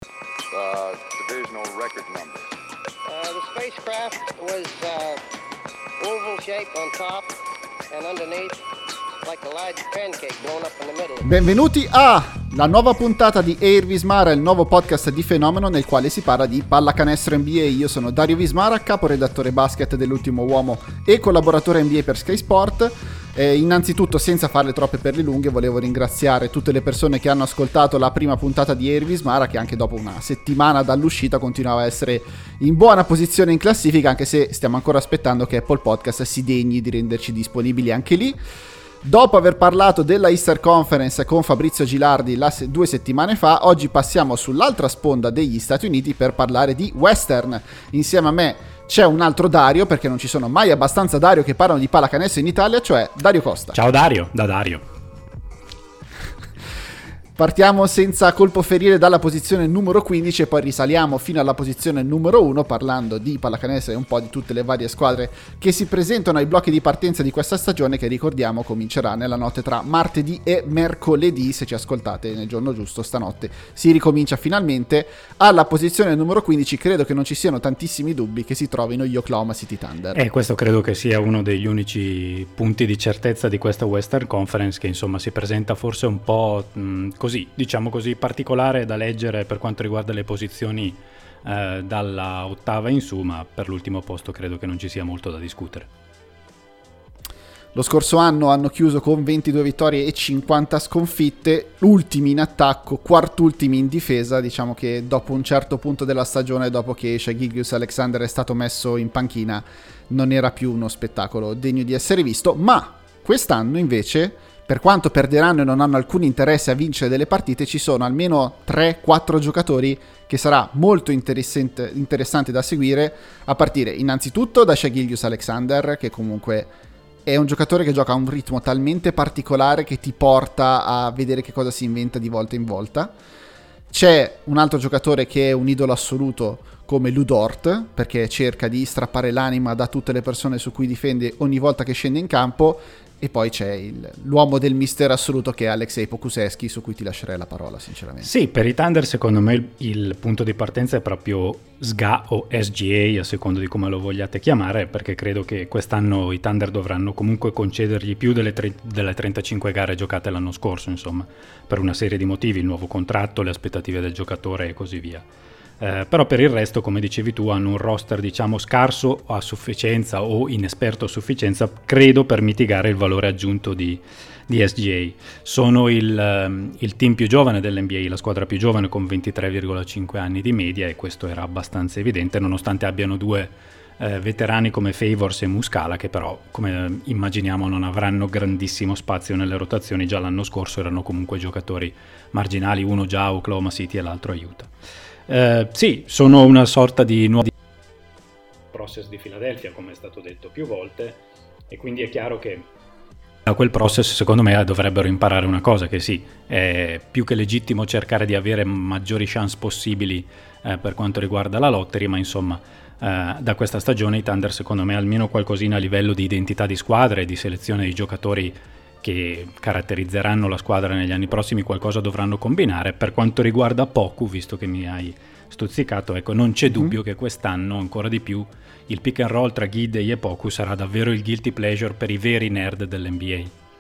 Divisional record number. The spacecraft was oval shaped on top and underneath like a large pancake blown up in the middle. Benvenuti alla nuova puntata di Air Vismara, il nuovo podcast di Fenomeno nel quale si parla di pallacanestro NBA. Io sono Dario Vismara, caporedattore basket dell'Ultimo Uomo e collaboratore NBA per Sky Sport. Innanzitutto, senza farle troppe per le lunghe, volevo ringraziare tutte le persone che hanno ascoltato la prima puntata di Air Vismara, che anche dopo una settimana dall'uscita continuava a essere in buona posizione in classifica, anche se stiamo ancora aspettando che Apple Podcast si degni di renderci disponibili anche lì. Dopo aver parlato della Easter Conference con Fabrizio Gilardi 2 settimane fa, oggi passiamo sull'altra sponda degli Stati Uniti per parlare di Western. Insieme a me c'è un altro Dario, perché non ci sono mai abbastanza Dario che parlano di pallacanestro in Italia, cioè Dario Costa. Ciao Dario, da Dario. Partiamo senza colpo ferire dalla posizione numero 15 e poi risaliamo fino alla posizione numero 1 parlando di pallacanestro e un po' di tutte le varie squadre che si presentano ai blocchi di partenza di questa stagione, che ricordiamo comincerà nella notte tra martedì e mercoledì. Se ci ascoltate nel giorno giusto, stanotte si ricomincia finalmente. Alla posizione numero 15 credo che non ci siano tantissimi dubbi che si trovino gli Oklahoma City Thunder. Questo credo che sia uno degli unici punti di certezza di questa Western Conference, che insomma si presenta forse un po' così, diciamo così, particolare da leggere per quanto riguarda le posizioni dalla ottava in su, ma per l'ultimo posto credo che non ci sia molto da discutere. Lo scorso anno hanno chiuso con 22 vittorie e 50 sconfitte, ultimi in attacco, quartultimi in difesa. Diciamo che dopo un certo punto della stagione, dopo che Shai Gilgeous-Alexander è stato messo in panchina, non era più uno spettacolo degno di essere visto. Ma quest'anno invece, per quanto perderanno e non hanno alcun interesse a vincere delle partite, ci sono almeno 3-4 giocatori che sarà molto interessante da seguire, a partire innanzitutto da Shai Gilgeous-Alexander, che comunque è un giocatore che gioca a un ritmo talmente particolare che ti porta a vedere che cosa si inventa di volta in volta. C'è un altro giocatore che è un idolo assoluto come Lu Dort, perché cerca di strappare l'anima da tutte le persone su cui difende ogni volta che scende in campo. E poi c'è l'uomo del mistero assoluto che è Aleksej Pokusevski, su cui ti lascerei la parola sinceramente. Sì, per i Thunder secondo me il punto di partenza è proprio SGA o SGA, a secondo di come lo vogliate chiamare, perché credo che quest'anno i Thunder dovranno comunque concedergli più delle 35 gare giocate l'anno scorso, insomma, per una serie di motivi, il nuovo contratto, le aspettative del giocatore e così via. Però per il resto, come dicevi tu, hanno un roster diciamo scarso a sufficienza o inesperto a sufficienza, credo, per mitigare il valore aggiunto di SGA. Sono il team più giovane dell'NBA, la squadra più giovane, con 23,5 anni di media, e questo era abbastanza evidente, nonostante abbiano due veterani come Favors e Muscala, che però, come immaginiamo, non avranno grandissimo spazio nelle rotazioni. Già l'anno scorso erano comunque giocatori marginali, uno già a Oklahoma City e l'altro a Utah. Sì, sono una sorta di nuovo process di Philadelphia, come è stato detto più volte, e quindi è chiaro che da quel process secondo me dovrebbero imparare una cosa, che sì, è più che legittimo cercare di avere maggiori chance possibili per quanto riguarda la lottery, ma insomma da questa stagione i Thunder secondo me almeno qualcosina a livello di identità di squadra e di selezione dei giocatori che caratterizzeranno la squadra negli anni prossimi qualcosa dovranno combinare. Per quanto riguarda Poku, visto che mi hai stuzzicato, ecco, non c'è dubbio che quest'anno ancora di più il pick and roll tra Giddey e Poku sarà davvero il guilty pleasure per i veri nerd dell'NBA.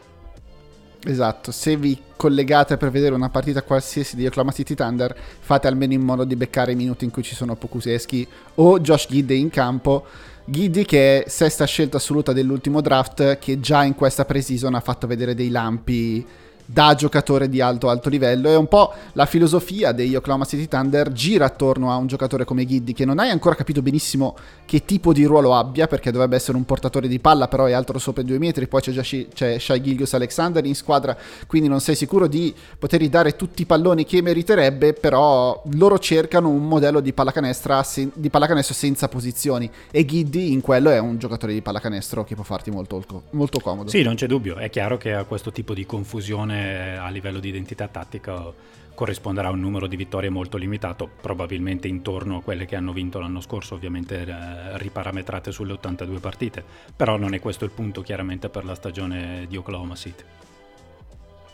Esatto, se vi collegate per vedere una partita qualsiasi di Oklahoma City Thunder, fate almeno in modo di beccare i minuti in cui ci sono Pokusevski o Josh Giddey in campo. Giddey, che è sesta scelta assoluta dell'ultimo draft, che già in questa pre-season ha fatto vedere dei lampi da giocatore di alto livello. E un po' la filosofia degli Oklahoma City Thunder gira attorno a un giocatore come Giddey, che non hai ancora capito benissimo che tipo di ruolo abbia, perché dovrebbe essere un portatore di palla, però è alto sopra i 2 metri. Poi c'è Shai Gilgeous-Alexander in squadra, quindi non sei sicuro di potergli dare tutti i palloni che meriterebbe. Però loro cercano un modello di pallacanestro senza posizioni, e Giddey in quello è un giocatore di pallacanestro che può farti molto, molto comodo. Sì, non c'è dubbio, è chiaro che a questo tipo di confusione a livello di identità tattica corrisponderà a un numero di vittorie molto limitato, probabilmente intorno a quelle che hanno vinto l'anno scorso, ovviamente riparametrate sulle 82 partite, però non è questo il punto chiaramente per la stagione di Oklahoma City.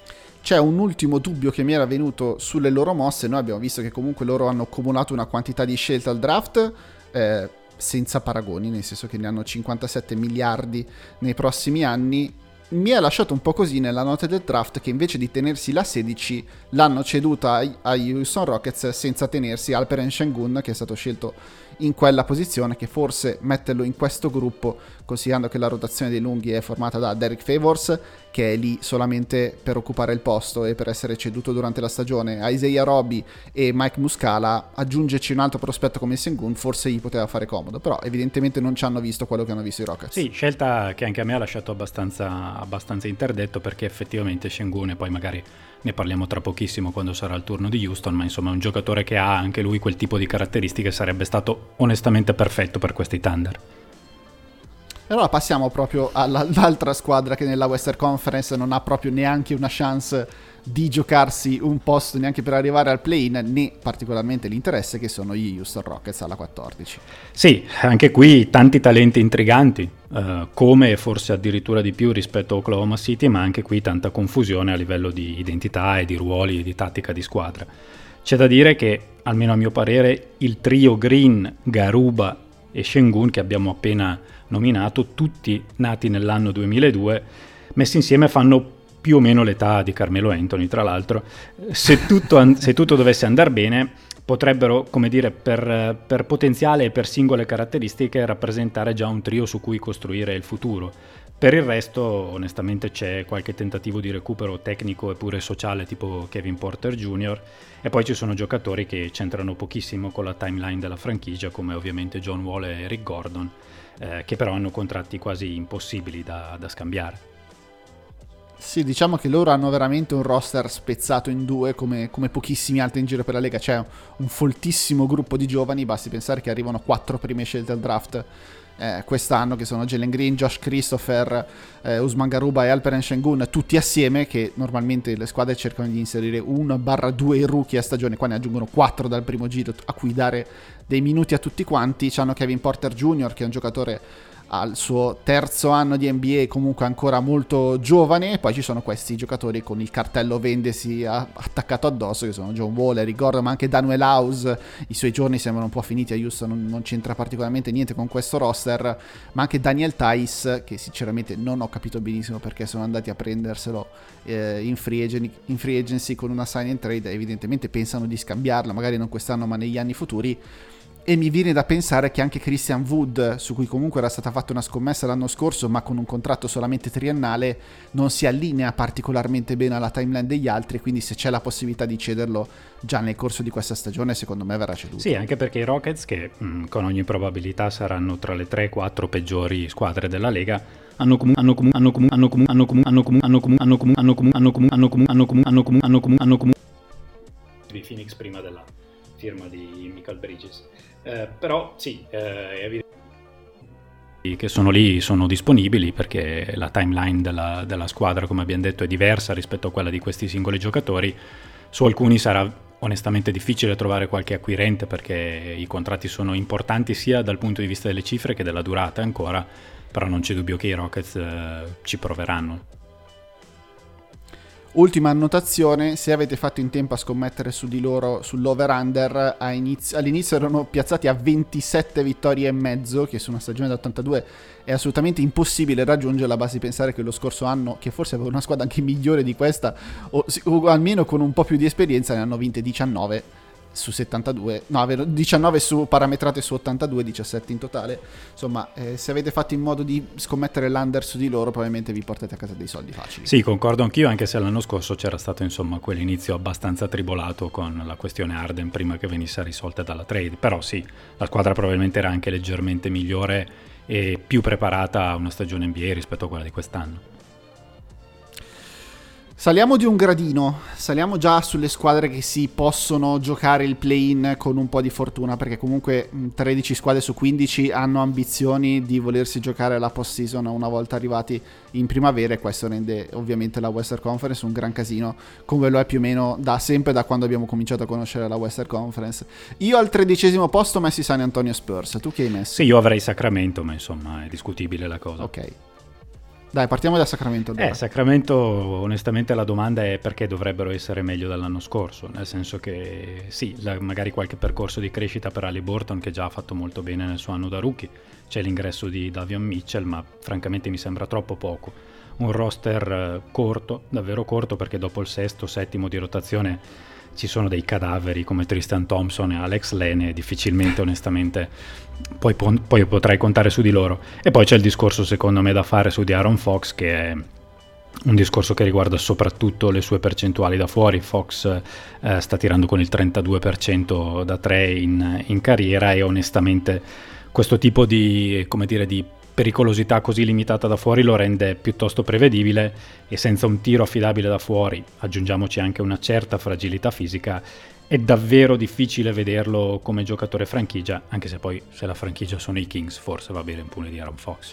C'è un ultimo dubbio che mi era venuto sulle loro mosse. Noi abbiamo visto che comunque loro hanno accumulato una quantità di scelte al draft senza paragoni, nel senso che ne hanno 57 miliardi nei prossimi anni. Mi ha lasciato un po' così nella nota del draft che invece di tenersi la 16 l'hanno ceduta ai Houston Rockets senza tenersi Alperen Sengun, che è stato scelto in quella posizione, che forse metterlo in questo gruppo, considerando che la rotazione dei lunghi è formata da Derek Favors, che è lì solamente per occupare il posto e per essere ceduto durante la stagione, a Isaiah Roby e Mike Muscala, aggiungerci un altro prospetto come Sengun forse gli poteva fare comodo, però evidentemente non ci hanno visto quello che hanno visto i Rockets. Sì, scelta che anche a me ha lasciato abbastanza interdetto, perché effettivamente Sengun, e poi magari ne parliamo tra pochissimo quando sarà il turno di Houston, ma insomma è un giocatore che ha anche lui quel tipo di caratteristiche, sarebbe stato onestamente perfetto per questi Thunder. Allora passiamo proprio all'altra squadra che nella Western Conference non ha proprio neanche una chance di giocarsi un posto neanche per arrivare al play-in, né particolarmente l'interesse, che sono gli Houston Rockets alla 14. Sì, anche qui tanti talenti intriganti, come forse addirittura di più rispetto a Oklahoma City, ma anche qui tanta confusione a livello di identità e di ruoli e di tattica di squadra. C'è da dire che, almeno a mio parere, il trio Green, Garuba e Sengun che abbiamo appena nominato, tutti nati nell'anno 2002, messi insieme fanno più o meno l'età di Carmelo Anthony, tra l'altro. Se tutto dovesse andare bene, potrebbero, come dire, per potenziale e per singole caratteristiche, rappresentare già un trio su cui costruire il futuro. Per il resto, onestamente, c'è qualche tentativo di recupero tecnico e pure sociale, tipo Kevin Porter Jr., e poi ci sono giocatori che c'entrano pochissimo con la timeline della franchigia, come ovviamente John Wall e Rick Gordon, che però hanno contratti quasi impossibili da scambiare. Sì, diciamo che loro hanno veramente un roster spezzato in due come pochissimi altri in giro per la Lega. C'è un foltissimo gruppo di giovani, basti pensare che arrivano 4 prime scelte al draft quest'anno, che sono Jalen Green, Josh Christopher, Usman Garuba e Alperen Sengun, tutti assieme, che normalmente le squadre cercano di inserire 1-2 rookie a stagione, qua ne aggiungono 4 dal primo giro a cui dare dei minuti a tutti quanti. C'hanno Kevin Porter Jr., che è un giocatore al suo terzo anno di NBA, comunque ancora molto giovane, e poi ci sono questi giocatori con il cartello vendesi attaccato addosso, che sono John Wall, Eric Gordon, ma anche Daniel House. I suoi giorni sembrano un po' finiti a Houston, non c'entra particolarmente niente con questo roster, ma anche Daniel Tice, che sinceramente non ho capito benissimo perché sono andati a prenderselo in free agency con una sign and trade. Evidentemente pensano di scambiarla, magari non quest'anno ma negli anni futuri. E mi viene da pensare che anche Christian Wood, su cui comunque era stata fatta una scommessa l'anno scorso, ma con un contratto solamente triennale, non si allinea particolarmente bene alla timeline degli altri, quindi se c'è la possibilità di cederlo già nel corso di questa stagione, secondo me verrà ceduto. Sì, anche perché i Rockets, che con ogni probabilità saranno tra le 3-4 peggiori squadre della Lega, hanno comunque di Phoenix prima della firma di Michael Bridges. Però sì, è evidente che sono lì, sono disponibili, perché la timeline della squadra, come abbiamo detto, è diversa rispetto a quella di questi singoli giocatori. Su alcuni sarà onestamente difficile trovare qualche acquirente, perché i contratti sono importanti sia dal punto di vista delle cifre che della durata ancora, però non c'è dubbio che i Rockets ci proveranno. Ultima annotazione: se avete fatto in tempo a scommettere su di loro, sull'over-under, all'inizio erano piazzati a 27 vittorie e mezzo, che su una stagione da 82 è assolutamente impossibile raggiungere. Basti pensare che lo scorso anno, che forse aveva una squadra anche migliore di questa, o almeno con un po' più di esperienza, ne hanno vinte 19 su 72, no, 19 su parametrate su 82, 17 in totale. Insomma, se avete fatto in modo di scommettere l'under su di loro, probabilmente vi portate a casa dei soldi facili. Sì, concordo anch'io, anche se l'anno scorso c'era stato insomma quell'inizio abbastanza tribolato con la questione Harden prima che venisse risolta dalla trade. Però sì, la squadra probabilmente era anche leggermente migliore e più preparata a una stagione NBA rispetto a quella di quest'anno. Saliamo di un gradino, saliamo già sulle squadre che si possono giocare il play-in con un po' di fortuna, perché comunque 13 squadre su 15 hanno ambizioni di volersi giocare la post-season una volta arrivati in primavera, e questo rende ovviamente la Western Conference un gran casino, come lo è più o meno da sempre, da quando abbiamo cominciato a conoscere la Western Conference. Io al 13° posto ho messo i San Antonio Spurs, tu che hai messo? Sì, io avrei Sacramento, ma insomma è discutibile la cosa. Ok. Dai, partiamo da Sacramento allora. Sacramento, onestamente la domanda è perché dovrebbero essere meglio dell'anno scorso, nel senso che sì, magari qualche percorso di crescita per Haliburton, che già ha fatto molto bene nel suo anno da rookie, c'è l'ingresso di Davion Mitchell, ma francamente mi sembra troppo poco. Un roster corto, davvero corto, perché dopo il sesto, settimo di rotazione ci sono dei cadaveri come Tristan Thompson e Alex Lane, e difficilmente onestamente poi potrai contare su di loro. E poi c'è il discorso secondo me da fare su di Aaron Fox, che è un discorso che riguarda soprattutto le sue percentuali da fuori. Fox sta tirando con il 32% da 3 in carriera, e onestamente questo tipo di, come dire, di pericolosità così limitata da fuori lo rende piuttosto prevedibile, e senza un tiro affidabile da fuori, aggiungiamoci anche una certa fragilità fisica, è davvero difficile vederlo come giocatore franchigia, anche se poi se la franchigia sono i Kings forse va bene pure di Aaron Fox.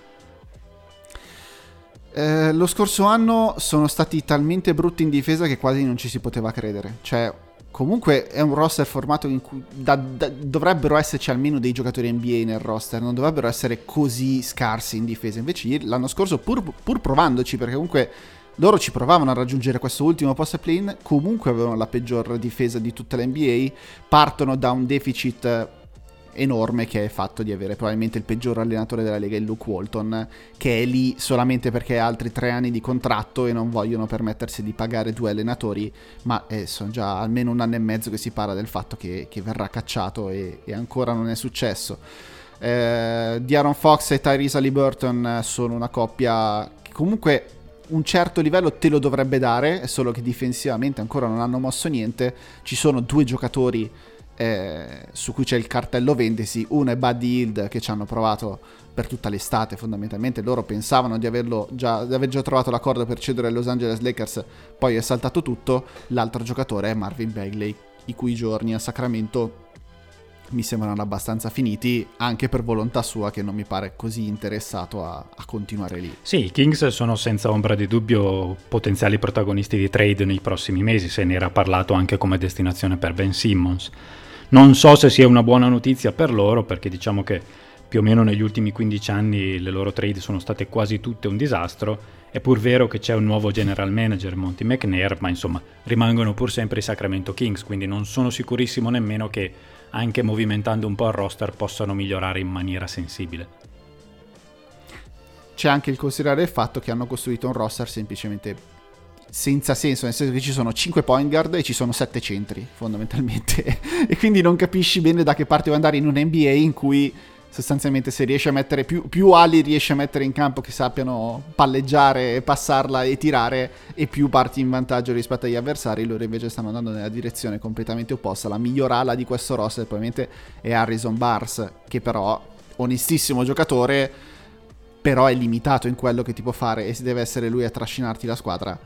Lo scorso anno sono stati talmente brutti in difesa che quasi non ci si poteva credere. Cioè, comunque è un roster formato in cui dovrebbero esserci almeno dei giocatori NBA nel roster, non dovrebbero essere così scarsi in difesa. Invece l'anno scorso, pur provandoci, perché comunque loro ci provavano a raggiungere questo ultimo post play-in, comunque avevano la peggior difesa di tutta l'NBA, partono da un deficit enorme che è fatto di avere probabilmente il peggior allenatore della Lega, il Luke Walton, che è lì solamente perché ha altri 3 anni di contratto e non vogliono permettersi di pagare 2 allenatori, ma sono già almeno 1 anno e mezzo che si parla del fatto che verrà cacciato, e ancora non è successo. De'Aaron Fox e Tyrese Haliburton sono una coppia che comunque un certo livello te lo dovrebbe dare, è solo che difensivamente ancora non hanno mosso niente. Ci sono 2 giocatori su cui c'è il cartello vendesi. Uno è Buddy Hield, che ci hanno provato per tutta l'estate, fondamentalmente loro pensavano di aver già trovato l'accordo per cedere ai Los Angeles Lakers, poi è saltato tutto. L'altro giocatore è Marvin Bagley, i cui giorni a Sacramento mi sembrano abbastanza finiti, anche per volontà sua, che non mi pare così interessato a continuare lì. Sì, i Kings sono senza ombra di dubbio potenziali protagonisti di trade nei prossimi mesi, se ne era parlato anche come destinazione per Ben Simmons. Non so se sia una buona notizia per loro, perché diciamo che più o meno negli ultimi 15 anni le loro trade sono state quasi tutte un disastro. È pur vero che c'è un nuovo general manager, Monty McNair, ma insomma rimangono pur sempre i Sacramento Kings, quindi non sono sicurissimo nemmeno che anche movimentando un po' il roster possano migliorare in maniera sensibile. C'è anche il considerare il fatto che hanno costruito un roster semplicemente senza senso, nel senso che ci sono 5 point guard e ci sono 7 centri fondamentalmente e quindi non capisci bene da che parte vuoi andare in un NBA in cui sostanzialmente se riesci a mettere più ali riesci a mettere in campo che sappiano palleggiare, passarla e tirare, e più parti in vantaggio rispetto agli avversari. Loro invece stanno andando nella direzione completamente opposta. La miglior ala di questo roster probabilmente è Harrison Barnes, che però onestissimo giocatore, però è limitato in quello che ti può fare, e se deve essere lui a trascinarti la squadra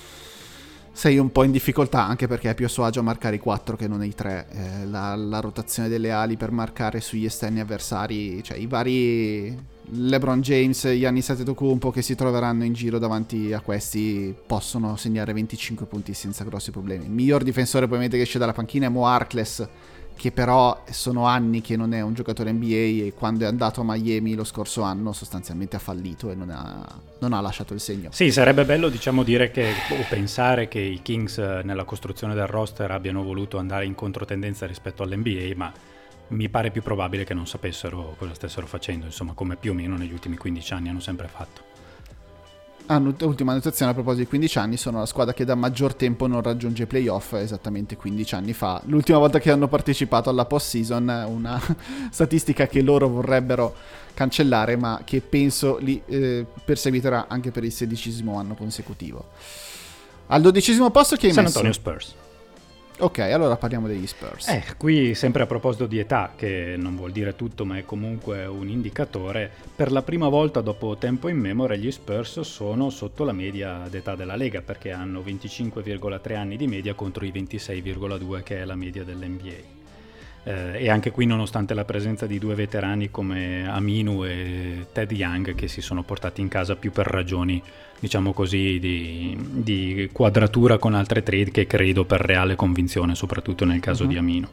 sei un po' in difficoltà, anche perché è più a suo agio a marcare i 4 che non i 3. La rotazione delle ali per marcare sugli esterni avversari, cioè i vari LeBron James, Giannis Antetokounmpo che si troveranno in giro davanti a questi possono segnare 25 punti senza grossi problemi. Il miglior difensore probabilmente che esce dalla panchina è Mo Harkless, che però sono anni che non è un giocatore NBA, e quando è andato a Miami lo scorso anno sostanzialmente ha fallito e non ha lasciato il segno. Sì, sarebbe bello dire che, o pensare che i Kings nella costruzione del roster abbiano voluto andare in controtendenza rispetto all'NBA, ma mi pare più probabile che non sapessero cosa stessero facendo, insomma, come più o meno negli ultimi 15 anni hanno sempre fatto. Ultima notazione a proposito di 15 anni, sono la squadra che da maggior tempo non raggiunge i playoff, esattamente 15 anni fa. L'ultima volta che hanno partecipato alla post-season, una statistica che loro vorrebbero cancellare, ma che penso li perseguiterà anche per il 16° anno consecutivo. Al 12° posto chi hai San messo? Antonio Spurs. Ok, allora parliamo degli Spurs. Qui sempre a proposito di età, che non vuol dire tutto ma è comunque un indicatore, per la prima volta dopo tempo immemore gli Spurs sono sotto la media d'età della Lega, perché hanno 25,3 anni di media contro i 26,2 che è la media dell'NBA. E anche qui, nonostante la presenza di 2 veterani come Aminu e Ted Young, che si sono portati in casa più per ragioni, diciamo così, di quadratura con altre trade che credo per reale convinzione, soprattutto nel caso di Aminu.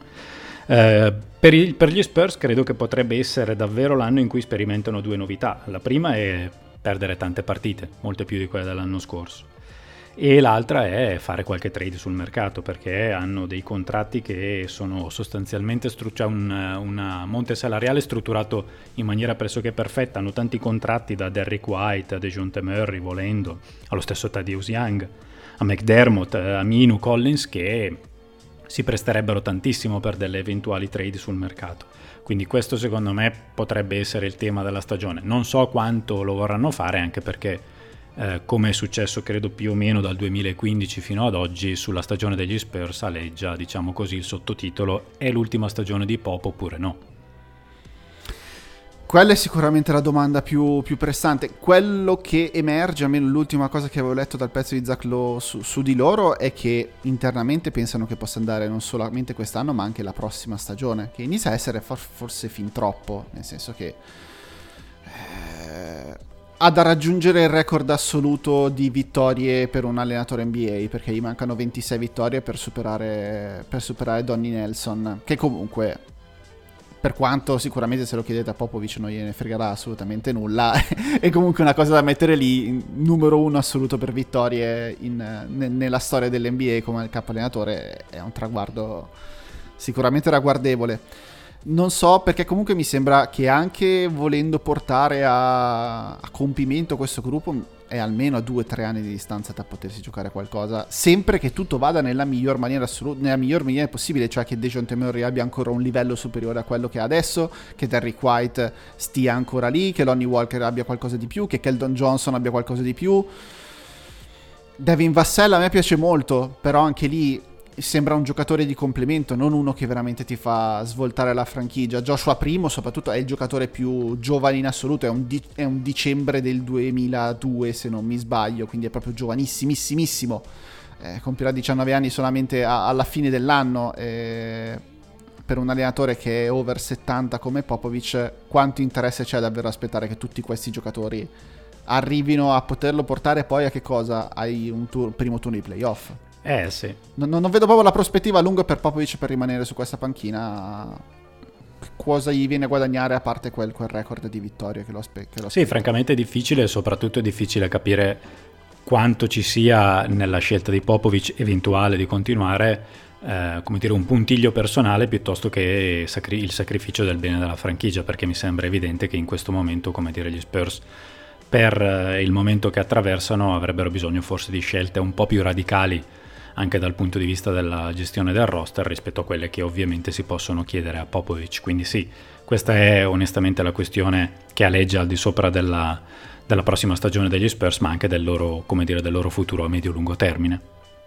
Per gli Spurs credo che potrebbe essere davvero l'anno in cui sperimentano 2 novità. La prima è perdere tante partite, molte più di quelle dell'anno scorso. E l'altra è fare qualche trade sul mercato, perché hanno dei contratti che sono sostanzialmente una monte salariale strutturato in maniera pressoché perfetta. Hanno tanti contratti, da Derrick White a DeJounte Murray, volendo, allo stesso Thaddeus Young, a McDermott, a Minu Collins, che si presterebbero tantissimo per delle eventuali trade sul mercato. Quindi questo secondo me potrebbe essere il tema della stagione. Non so quanto lo vorranno fare, anche perché come è successo credo più o meno dal 2015 fino ad oggi, sulla stagione degli Spurs aleggia, diciamo così, il sottotitolo: è l'ultima stagione di Pop oppure no? Quella è sicuramente la domanda più pressante. Quello che emerge, almeno l'ultima cosa che avevo letto dal pezzo di Zach Lowe su di loro, è che internamente pensano che possa andare non solamente quest'anno ma anche la prossima stagione, che inizia a essere forse fin troppo, nel senso che ha da raggiungere il record assoluto di vittorie per un allenatore NBA, perché gli mancano 26 vittorie per superare Donnie Nelson, che comunque, per quanto sicuramente se lo chiedete a Popovic non gliene fregherà assolutamente nulla, è comunque una cosa da mettere lì, numero uno assoluto per vittorie nella storia dell'NBA come capo allenatore. È un traguardo sicuramente ragguardevole. Non so, perché comunque mi sembra che anche volendo portare a compimento questo gruppo è almeno a 2 o 3 anni di distanza da potersi giocare qualcosa, sempre che tutto vada nella miglior maniera possibile, cioè che DeJounte Murray abbia ancora un livello superiore a quello che ha adesso, che Derrick White stia ancora lì, che Lonnie Walker abbia qualcosa di più, che Keldon Johnson abbia qualcosa di più. Devin Vassell a me piace molto, però anche lì sembra un giocatore di complemento, non uno che veramente ti fa svoltare la franchigia. Joshua Primo soprattutto è il giocatore più giovane in assoluto, è un dicembre del 2002 se non mi sbaglio, quindi è proprio giovanissimissimo, compirà 19 anni solamente alla fine dell'anno. Per un allenatore che è over 70 come Popovic, quanto interesse c'è davvero aspettare che tutti questi giocatori arrivino a poterlo portare poi a che cosa? Ai primo turno di playoff. Sì. Non vedo proprio la prospettiva a lungo per Popovic per rimanere su questa panchina. Cosa gli viene a guadagnare a parte quel record di vittorie che lo aspetta? Sì, francamente è difficile, e soprattutto è difficile capire quanto ci sia nella scelta di Popovic eventuale di continuare, come dire, un puntiglio personale piuttosto che il sacrificio del bene della franchigia, perché mi sembra evidente che in questo momento, come dire, gli Spurs, per il momento che attraversano, avrebbero bisogno forse di scelte un po' più radicali anche dal punto di vista della gestione del roster rispetto a quelle che ovviamente si possono chiedere a Popovic. Quindi sì, questa è onestamente la questione che aleggia al di sopra della prossima stagione degli Spurs, ma anche del loro futuro a medio-lungo termine.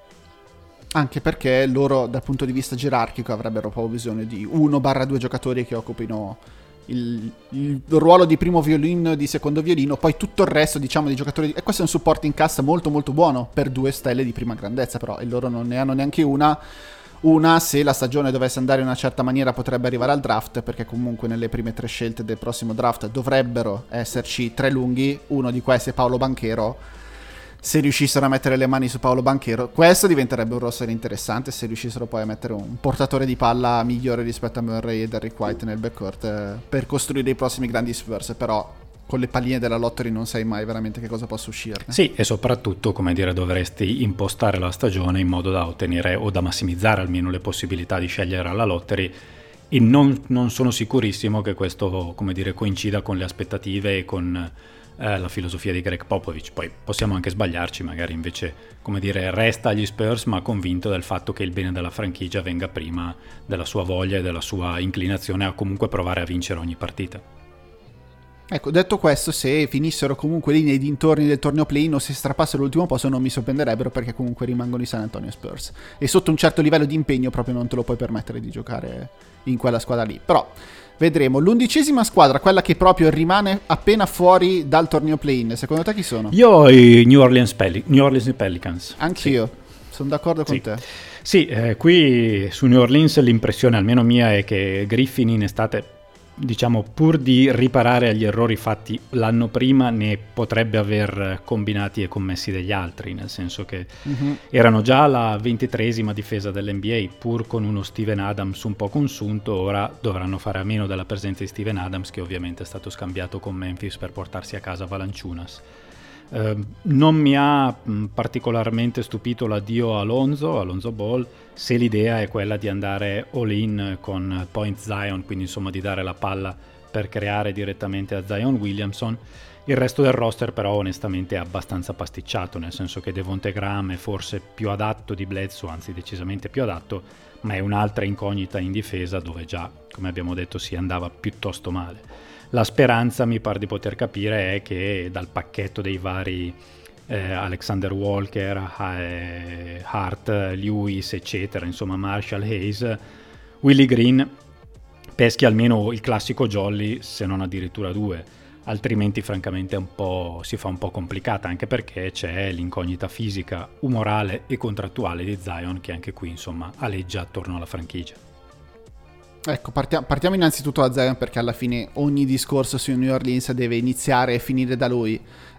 Anche perché loro dal punto di vista gerarchico avrebbero proprio bisogno di 1/2 giocatori che occupino il ruolo di primo violino, di secondo violino, poi tutto il resto, diciamo, di giocatori. E questo è un supporting cast molto molto buono per 2 stelle di prima grandezza, però e loro non ne hanno neanche una. Se la stagione dovesse andare in una certa maniera potrebbe arrivare al draft, perché comunque nelle prime 3 scelte del prossimo draft dovrebbero esserci 3 lunghi, uno di questi è Paolo Banchero. Se riuscissero a mettere le mani su Paolo Banchero, questo diventerebbe un roster interessante. Se riuscissero poi a mettere un portatore di palla migliore rispetto a Murray e Derrick White nel backcourt, per costruire i prossimi grandi Spurs, però con le palline della lottery non sai mai veramente che cosa possa uscirne. Sì, e soprattutto, come dire, dovresti impostare la stagione in modo da ottenere o da massimizzare almeno le possibilità di scegliere alla lottery, e non sono sicurissimo che questo, come dire, coincida con le aspettative e con la filosofia di Greg Popovich. Poi possiamo anche sbagliarci, magari invece, come dire, resta agli Spurs ma convinto del fatto che il bene della franchigia venga prima della sua voglia e della sua inclinazione a comunque provare a vincere ogni partita. Ecco, detto questo, se finissero comunque lì nei dintorni del torneo play-in o se strappassero l'ultimo posto non mi sorprenderebbero, perché comunque rimangono i San Antonio Spurs e sotto un certo livello di impegno proprio non te lo puoi permettere di giocare in quella squadra lì. Però vedremo. L'11ª squadra, quella che proprio rimane appena fuori dal torneo play-in, secondo te chi sono? Io i New Orleans Pelicans. Anch'io, sì. Sono d'accordo con te. Sì, qui su New Orleans l'impressione almeno mia è che Griffin in estate diciamo, pur di riparare agli errori fatti l'anno prima, ne potrebbe aver combinati e commessi degli altri, nel senso che erano già la 23esima difesa dell'NBA, pur con uno Steven Adams un po' consunto. Ora dovranno fare a meno della presenza di Steven Adams, che ovviamente è stato scambiato con Memphis per portarsi a casa Valanciunas. Non mi ha particolarmente stupito l'addio a Alonzo Ball, se l'idea è quella di andare all in con Point Zion, quindi insomma di dare la palla per creare direttamente a Zion Williamson. Il resto del roster però onestamente è abbastanza pasticciato, nel senso che Devonte Graham è forse più adatto di Bledsoe, anzi decisamente più adatto, ma è un'altra incognita in difesa dove già, come abbiamo detto, si andava piuttosto male. La speranza, mi pare di poter capire, è che dal pacchetto dei vari Alexander Walker, Hart, Lewis, eccetera, insomma Marshall, Hayes, Willie Green peschi almeno il classico jolly, se non addirittura due, altrimenti francamente si fa un po' complicata, anche perché c'è l'incognita fisica, umorale e contrattuale di Zion, che anche qui insomma aleggia attorno alla franchigia. Ecco, partiamo innanzitutto da Zion, perché alla fine ogni discorso su New Orleans deve iniziare e finire da lui.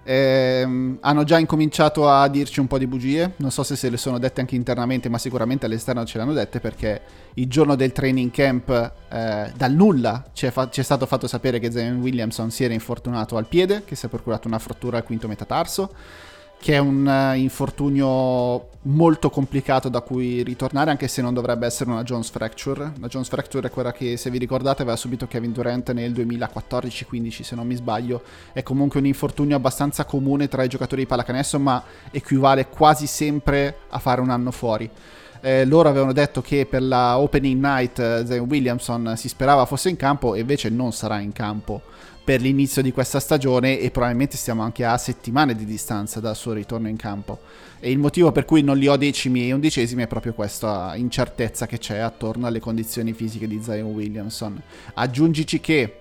Hanno già incominciato a dirci un po' di bugie, non so se le sono dette anche internamente, ma sicuramente all'esterno ce le hanno dette, perché il giorno del training camp dal nulla ci è stato fatto sapere che Zion Williamson si era infortunato al piede, che si è procurato una frattura al quinto metatarso, che è un infortunio molto complicato da cui ritornare, anche se non dovrebbe essere una Jones Fracture. La Jones Fracture è quella che, se vi ricordate, aveva subito Kevin Durant nel 2014-15, se non mi sbaglio. È comunque un infortunio abbastanza comune tra i giocatori di pallacanestro, ma equivale quasi sempre a fare un anno fuori. Loro avevano detto che per la opening night Zion Williamson si sperava fosse in campo, e invece non sarà in campo per l'inizio di questa stagione, e probabilmente stiamo anche a settimane di distanza dal suo ritorno in campo. E il motivo per cui non li ho decimi e undicesimi è proprio questa incertezza che c'è attorno alle condizioni fisiche di Zion Williamson. Aggiungici che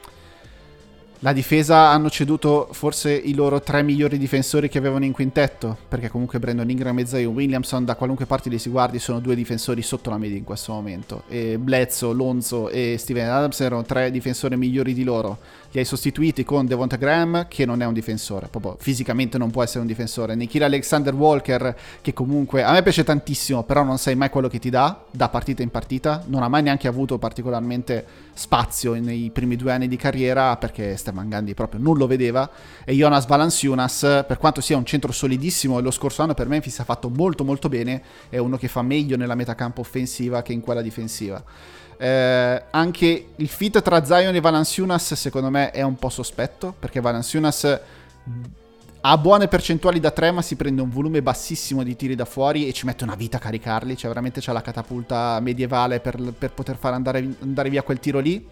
la difesa hanno ceduto forse i loro 3 migliori difensori che avevano in quintetto, perché comunque Brandon Ingram e Zion Williamson, da qualunque parte li si guardi, sono 2 difensori sotto la media in questo momento, e Bledsoe, Lonzo e Steven Adams erano 3 difensori migliori di loro. Li hai sostituiti con Devonte Graham, che non è un difensore, proprio fisicamente non può essere un difensore. Nikhil Alexander Walker, che comunque a me piace tantissimo, però non sai mai quello che ti dà da partita in partita, non ha mai neanche avuto particolarmente spazio nei primi 2 anni di carriera, perché Steven Gandhi proprio non lo vedeva. E Jonas Valanciunas, per quanto sia un centro solidissimo, e lo scorso anno per Memphis ha fatto molto molto bene, è uno che fa meglio nella metacampo offensiva che in quella difensiva. Anche il fit tra Zion e Valanciunas secondo me è un po' sospetto, perché Valanciunas ha buone percentuali da 3, ma si prende un volume bassissimo di tiri da fuori e ci mette una vita a caricarli, cioè veramente c'ha la catapulta medievale per poter far andare via quel tiro lì.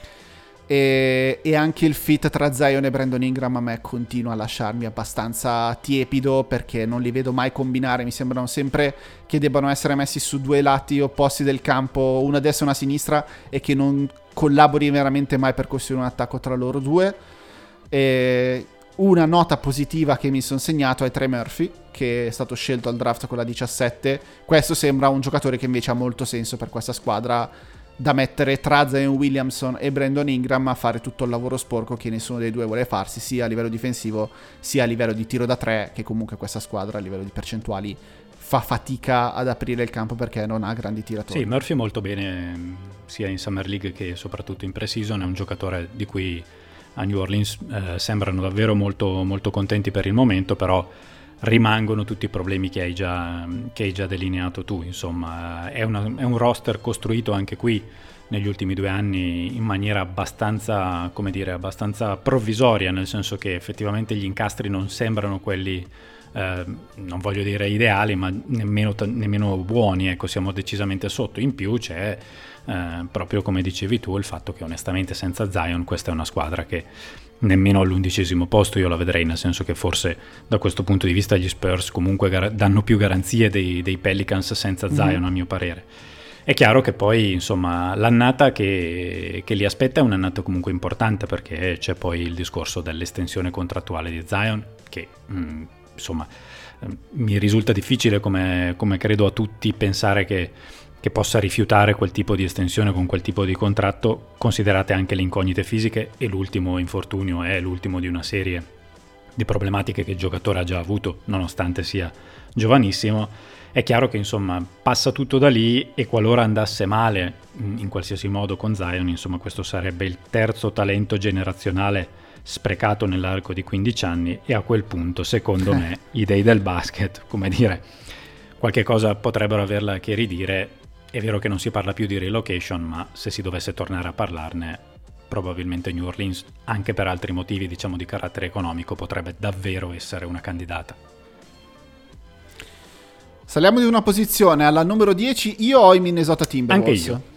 E anche il fit tra Zion e Brandon Ingram a me continua a lasciarmi abbastanza tiepido, perché non li vedo mai combinare. Mi sembrano sempre che debbano essere messi su 2 lati opposti del campo, una a destra e una a sinistra, e che non collabori veramente mai per costruire un attacco tra loro due. E una nota positiva che mi sono segnato è Trey Murphy, che è stato scelto al draft con la 17. Questo sembra un giocatore che invece ha molto senso per questa squadra, da mettere tra Zion Williamson e Brandon Ingram a fare tutto il lavoro sporco che nessuno dei due vuole farsi, sia a livello difensivo sia a livello di tiro da 3, che comunque questa squadra a livello di percentuali fa fatica ad aprire il campo perché non ha grandi tiratori. Sì, Murphy molto bene sia in Summer League che soprattutto in pre-season, è un giocatore di cui a New Orleans sembrano davvero molto, molto contenti per il momento, però rimangono tutti i problemi che hai già delineato tu. Insomma, è un roster costruito anche qui negli ultimi 2 anni in maniera abbastanza, come dire, abbastanza provvisoria, nel senso che effettivamente gli incastri non sembrano quelli, non voglio dire ideali, ma nemmeno buoni. Ecco, siamo decisamente sotto. In più c'è proprio, come dicevi tu, il fatto che onestamente senza Zion questa è una squadra che nemmeno all'11° posto io la vedrei, nel senso che forse da questo punto di vista gli Spurs comunque danno più garanzie dei Pelicans senza Zion, a mio parere. È chiaro che poi insomma l'annata che li aspetta è un'annata comunque importante, perché c'è poi il discorso dell'estensione contrattuale di Zion che insomma mi risulta difficile, come credo a tutti, pensare che che possa rifiutare quel tipo di estensione con quel tipo di contratto, considerate anche le incognite fisiche, e l'ultimo infortunio è l'ultimo di una serie di problematiche che il giocatore ha già avuto, nonostante sia giovanissimo. È chiaro che insomma passa tutto da lì, e qualora andasse male in qualsiasi modo con Zion, insomma questo sarebbe il terzo talento generazionale sprecato nell'arco di 15 anni, e a quel punto secondo me i dei del basket, come dire, qualche cosa potrebbero averla che ridire. È vero che non si parla più di relocation, ma se si dovesse tornare a parlarne, probabilmente New Orleans, anche per altri motivi diciamo di carattere economico, potrebbe davvero essere una candidata. Saliamo di una posizione, alla numero 10 io ho i Minnesota Timberwolves. Anche io.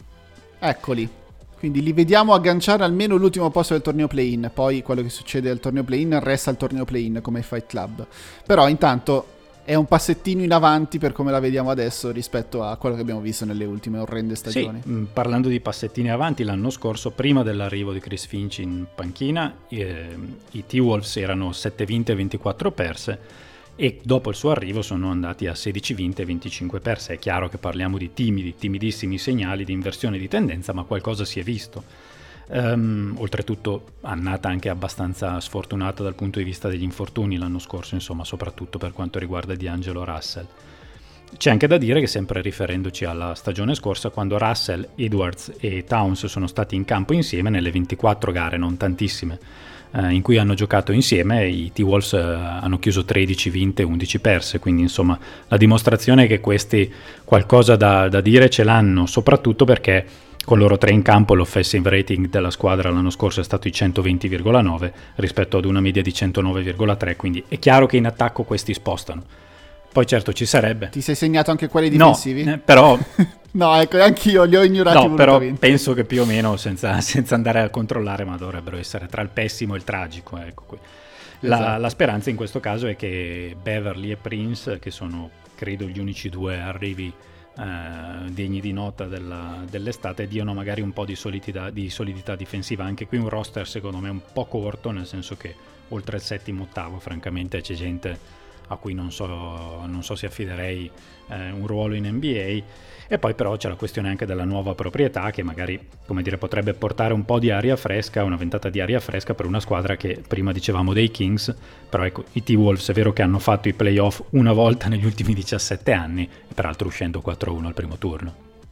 Eccoli. Quindi li vediamo agganciare almeno l'ultimo posto del torneo play-in. Poi quello che succede al torneo play-in resta al torneo play-in come Fight Club. Però intanto è un passettino in avanti per come la vediamo adesso rispetto a quello che abbiamo visto nelle ultime orrende stagioni. Sì, parlando di passettini avanti, l'anno scorso, prima dell'arrivo di Chris Finch in panchina, i T-Wolves erano 7 vinte e 24 perse, e dopo il suo arrivo sono andati a 16 vinte e 25 perse. È chiaro che parliamo di timidissimi segnali di inversione di tendenza, ma qualcosa si è visto. Oltretutto annata anche abbastanza sfortunata dal punto di vista degli infortuni l'anno scorso, insomma, soprattutto per quanto riguarda D'Angelo Russell. C'è anche da dire che, sempre riferendoci alla stagione scorsa, quando Russell, Edwards e Towns sono stati in campo insieme nelle 24 gare, non tantissime, in cui hanno giocato insieme, i T-Wolves hanno chiuso 13 vinte e 11 perse, quindi insomma la dimostrazione è che questi qualcosa da dire ce l'hanno, soprattutto perché con loro tre in campo l'offensive rating della squadra l'anno scorso è stato di 120,9 rispetto ad una media di 109,3, quindi è chiaro che in attacco questi spostano. Poi certo ci sarebbe. Ti sei segnato anche quelli difensivi? No, però... no, ecco, anch'io li ho ignorati. No, però penso che più o meno, senza andare a controllare, ma dovrebbero essere tra il pessimo e il tragico. Ecco qui. Esatto. La speranza in questo caso è che Beverly e Prince, che sono credo gli unici due arrivi degni di nota dell'estate, diano magari un po' di solidità difensiva. Anche qui un roster secondo me un po' corto, nel senso che oltre il settimo ottavo francamente c'è gente a cui non so se affiderei un ruolo in NBA. E poi però c'è la questione anche della nuova proprietà, che magari, come dire, potrebbe portare un po' di aria fresca, una ventata di aria fresca per una squadra che prima dicevamo dei Kings, però ecco, i T-Wolves è vero che hanno fatto i playoff una volta negli ultimi 17 anni, e peraltro uscendo 4-1 al primo turno.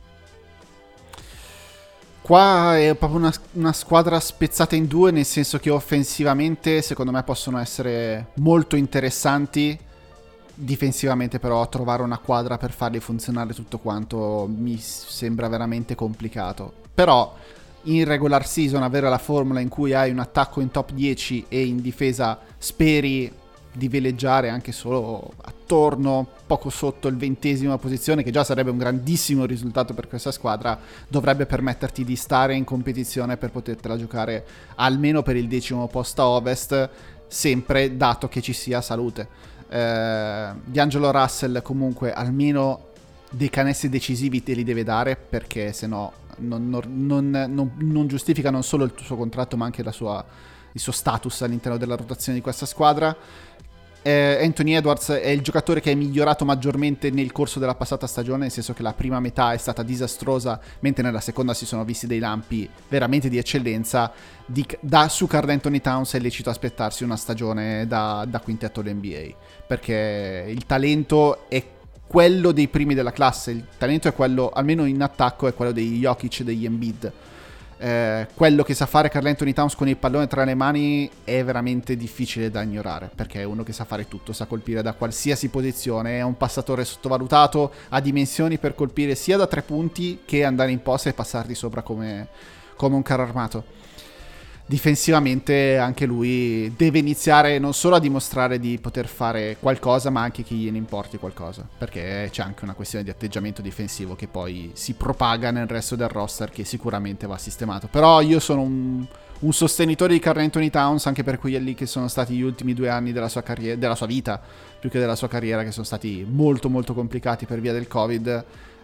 Qua è proprio una squadra spezzata in due, nel senso che offensivamente secondo me possono essere molto interessanti, difensivamente però trovare una quadra per farli funzionare tutto quanto mi sembra veramente complicato. Però in regular season avere la formula in cui hai un attacco in top 10 e in difesa speri di veleggiare anche solo attorno, poco sotto il 20ª posizione, che già sarebbe un grandissimo risultato per questa squadra, dovrebbe permetterti di stare in competizione per potertela giocare almeno per il 10° posto a ovest, sempre dato che ci sia salute. D'Angelo Russell comunque almeno dei canestri decisivi te li deve dare, perché sennò non giustifica non solo il suo contratto ma anche il suo status all'interno della rotazione di questa squadra. Anthony Edwards è il giocatore che è migliorato maggiormente nel corso della passata stagione, nel senso che la prima metà è stata disastrosa, mentre nella seconda si sono visti dei lampi veramente di eccellenza. Su Karl Anthony Towns è lecito aspettarsi una stagione da quintetto dell'NBA, perché il talento è quello dei primi della classe, il talento è quello, almeno in attacco, è quello degli Jokic e degli Embiid. Quello che sa fare Karl Anthony Towns con il pallone tra le mani è veramente difficile da ignorare, perché è uno che sa fare tutto, sa colpire da qualsiasi posizione, è un passatore sottovalutato, ha dimensioni per colpire sia da 3 punti che andare in posta e passarli sopra come un carro armato. Difensivamente anche lui deve iniziare non solo a dimostrare di poter fare qualcosa, ma anche che gliene importi qualcosa, perché c'è anche una questione di atteggiamento difensivo che poi si propaga nel resto del roster, che sicuramente va sistemato. Però io sono un sostenitore di Karl Anthony Towns, anche per quelli che sono stati gli ultimi 2 anni della sua carriera, della sua vita più che della sua carriera, che sono stati molto molto complicati per via del Covid.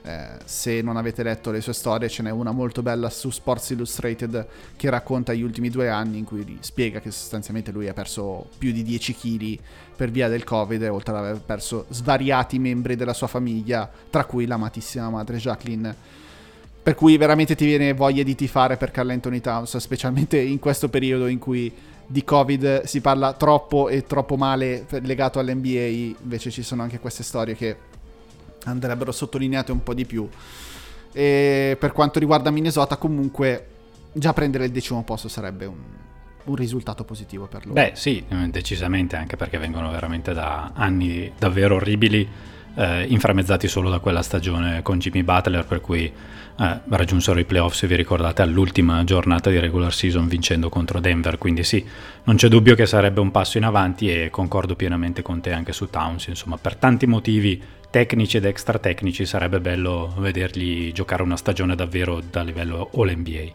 Se non avete letto le sue storie, ce n'è una molto bella su Sports Illustrated che racconta gli ultimi 2 anni, in cui spiega che sostanzialmente lui ha perso più di 10 kg per via del Covid, oltre ad aver perso svariati membri della sua famiglia, tra cui l'amatissima madre Jacqueline. Per cui veramente ti viene voglia di tifare per Karl Anthony Towns, specialmente in questo periodo in cui di Covid si parla troppo e troppo male legato all'NBA. Invece ci sono anche queste storie che andrebbero sottolineate un po' di più. E per quanto riguarda Minnesota, comunque già prendere il 10° posto sarebbe un risultato positivo per loro. Beh sì, decisamente, anche perché vengono veramente da anni davvero orribili, inframmezzati solo da quella stagione con Jimmy Butler, per cui raggiunsero i playoff, se vi ricordate, all'ultima giornata di regular season vincendo contro Denver. Quindi sì, non c'è dubbio che sarebbe un passo in avanti, e concordo pienamente con te anche su Towns. Insomma, per tanti motivi tecnici ed extra tecnici sarebbe bello vedergli giocare una stagione davvero da livello All-NBA.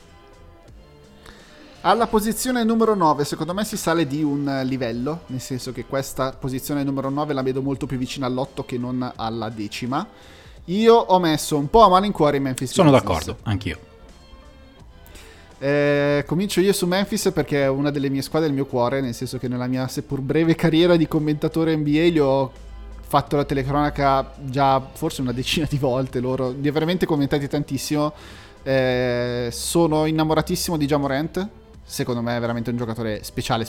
Alla posizione numero 9 secondo me si sale di un livello, nel senso che questa posizione numero 9 la vedo molto più vicina all'8 che non alla 10ª. Io ho messo un po' a malincuore i Memphis Sono Grizzlies. d'accordo, anch'io. Comincio io su Memphis perché è una delle mie squadre del mio cuore, nel senso che nella mia seppur breve carriera di commentatore NBA gli ho fatto la telecronaca già forse una decina di volte, loro li ho veramente commentati tantissimo. Sono innamoratissimo di Ja Morant, secondo me è veramente un giocatore speciale,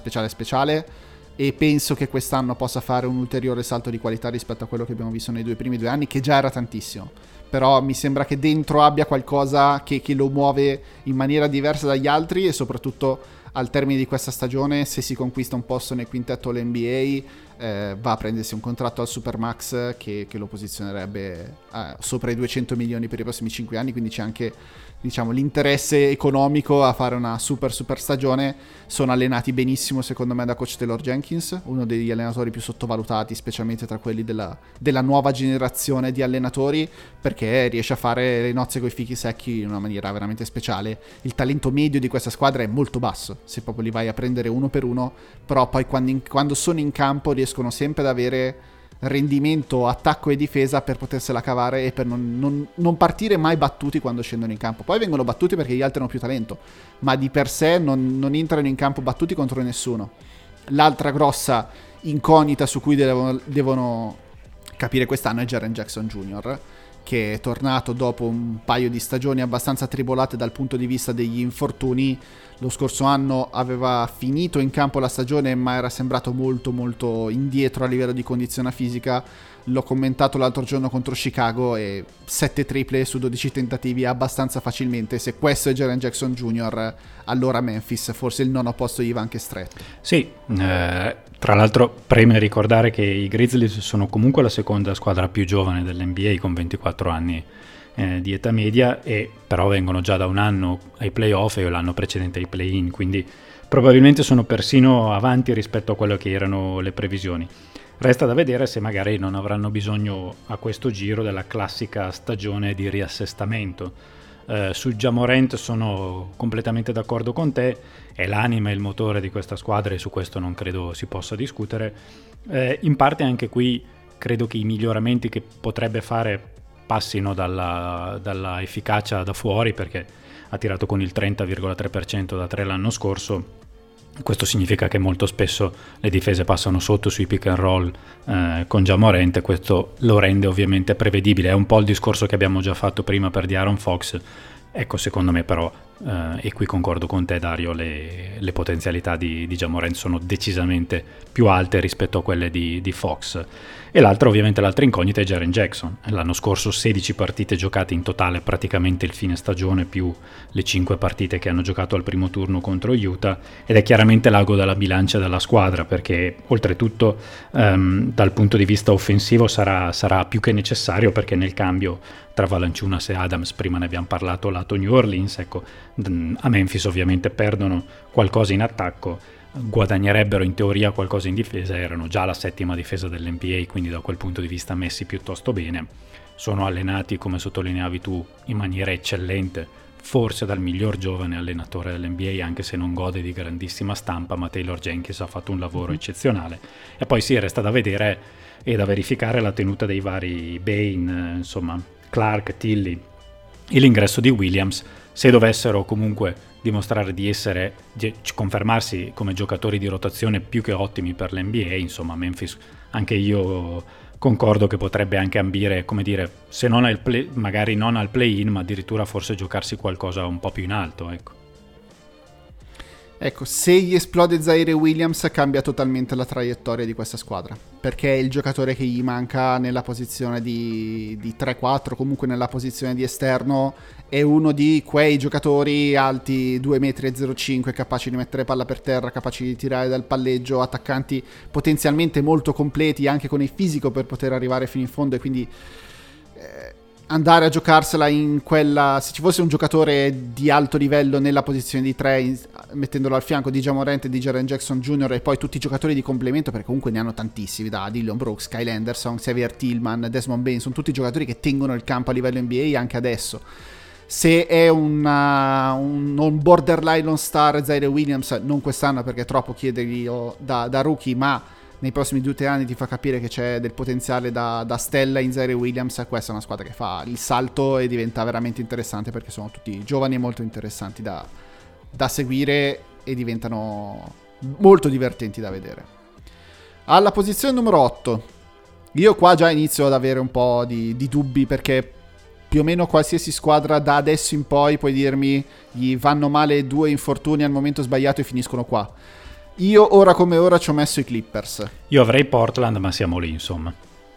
e penso che quest'anno possa fare un ulteriore salto di qualità rispetto a quello che abbiamo visto nei primi 2 anni, che già era tantissimo. Però mi sembra che dentro abbia qualcosa che lo muove in maniera diversa dagli altri, e soprattutto al termine di questa stagione, se si conquista un posto nel quintetto all'NBA, va a prendersi un contratto al Supermax che lo posizionerebbe sopra i 200 milioni per i prossimi 5 anni, quindi c'è anche, diciamo, l'interesse economico a fare una super stagione. Sono allenati benissimo secondo me da coach Taylor Jenkins, uno degli allenatori più sottovalutati, specialmente tra quelli della nuova generazione di allenatori, perché riesce a fare le nozze coi fichi secchi in una maniera veramente speciale. Il talento medio di questa squadra è molto basso, se proprio li vai a prendere uno per uno, però poi quando sono in campo riescono sempre ad avere rendimento, attacco e difesa per potersela cavare e per non partire mai battuti quando scendono in campo. Poi vengono battuti perché gli altri hanno più talento, ma di per sé non entrano in campo battuti contro nessuno. L'altra grossa incognita su cui devono capire quest'anno è Jaren Jackson Jr., che è tornato dopo un paio di stagioni abbastanza tribolate dal punto di vista degli infortuni. Lo scorso anno aveva finito in campo la stagione, ma era sembrato molto indietro a livello di condizione fisica. L'ho commentato l'altro giorno contro Chicago, e 7 triple su 12 tentativi abbastanza facilmente. Se questo è Jaren Jackson Jr., allora Memphis forse il 9° posto gli va anche stretto. Sì, tra l'altro preme ricordare che i Grizzlies sono comunque la seconda squadra più giovane dell'NBA con 24 anni di età media, e però vengono già da un anno ai playoff e l'anno precedente ai play-in, quindi probabilmente sono persino avanti rispetto a quello che erano le previsioni. Resta da vedere se magari non avranno bisogno a questo giro della classica stagione di riassestamento. Su Ja Morant sono completamente d'accordo con te, è l'anima e il motore di questa squadra, e su questo non credo si possa discutere. In parte anche qui credo che i miglioramenti che potrebbe fare passino dalla efficacia da fuori, perché ha tirato con il 30,3% da 3 l'anno scorso. Questo significa che molto spesso le difese passano sotto sui pick and roll con Ja Morant, e questo lo rende ovviamente prevedibile. È un po' il discorso che abbiamo già fatto prima per De'Aaron Fox. Ecco, secondo me però, e qui concordo con te Dario, le potenzialità di Ja Morant sono decisamente più alte rispetto a quelle di Fox. E l'altra incognita è Jaren Jackson. L'anno scorso 16 partite giocate in totale, praticamente il fine stagione, più le 5 partite che hanno giocato al primo turno contro Utah, ed è chiaramente l'ago della bilancia della squadra, perché oltretutto dal punto di vista offensivo sarà più che necessario, perché nel cambio tra Valanciunas e Adams, prima ne abbiamo parlato, lato New Orleans, ecco, a Memphis ovviamente perdono qualcosa in attacco, guadagnerebbero in teoria qualcosa in difesa, erano già la 7ª difesa dell'NBA, quindi da quel punto di vista messi piuttosto bene. Sono allenati, come sottolineavi tu, in maniera eccellente, forse dal miglior giovane allenatore dell'NBA, anche se non gode di grandissima stampa, ma Taylor Jenkins ha fatto un lavoro eccezionale. E poi sì, resta da vedere e da verificare la tenuta dei vari Bane, insomma, Clark, Tilly e l'ingresso di Williams, se dovessero comunque dimostrare di confermarsi come giocatori di rotazione più che ottimi per l'NBA, insomma Memphis, anche io concordo che potrebbe anche ambire, come dire, se non magari non al play-in, ma addirittura forse giocarsi qualcosa un po' più in alto, ecco. Ecco, se gli esplode Zaire Williams cambia totalmente la traiettoria di questa squadra, perché è il giocatore che gli manca nella posizione di 3-4, comunque nella posizione di esterno, è uno di quei giocatori alti 2,05 m, capaci di mettere palla per terra, capaci di tirare dal palleggio, attaccanti potenzialmente molto completi anche con il fisico per poter arrivare fino in fondo, e quindi andare a giocarsela in quella, se ci fosse un giocatore di alto livello nella posizione di 3, mettendolo al fianco di Ja Morant e di Jaren Jackson Jr. e poi tutti i giocatori di complemento, perché comunque ne hanno tantissimi, da Dillon Brooks, Kyle Anderson, Xavier Tillman, Desmond Bane, sono tutti giocatori che tengono il campo a livello NBA anche adesso. Se è un borderline non star Zaire Williams, non quest'anno perché è troppo chiedergli da rookie, ma nei prossimi 2 o 3 anni ti fa capire che c'è del potenziale da stella in Zaire Williams. Questa è una squadra che fa il salto e diventa veramente interessante, perché sono tutti giovani e molto interessanti da seguire e diventano molto divertenti da vedere. Alla posizione numero 8, io qua già inizio ad avere un po' di dubbi, perché più o meno qualsiasi squadra da adesso in poi puoi dirmi gli vanno male 2 infortuni al momento sbagliato e finiscono qua. Io ora come ora ci ho messo i Clippers. Io avrei Portland, ma siamo lì, insomma.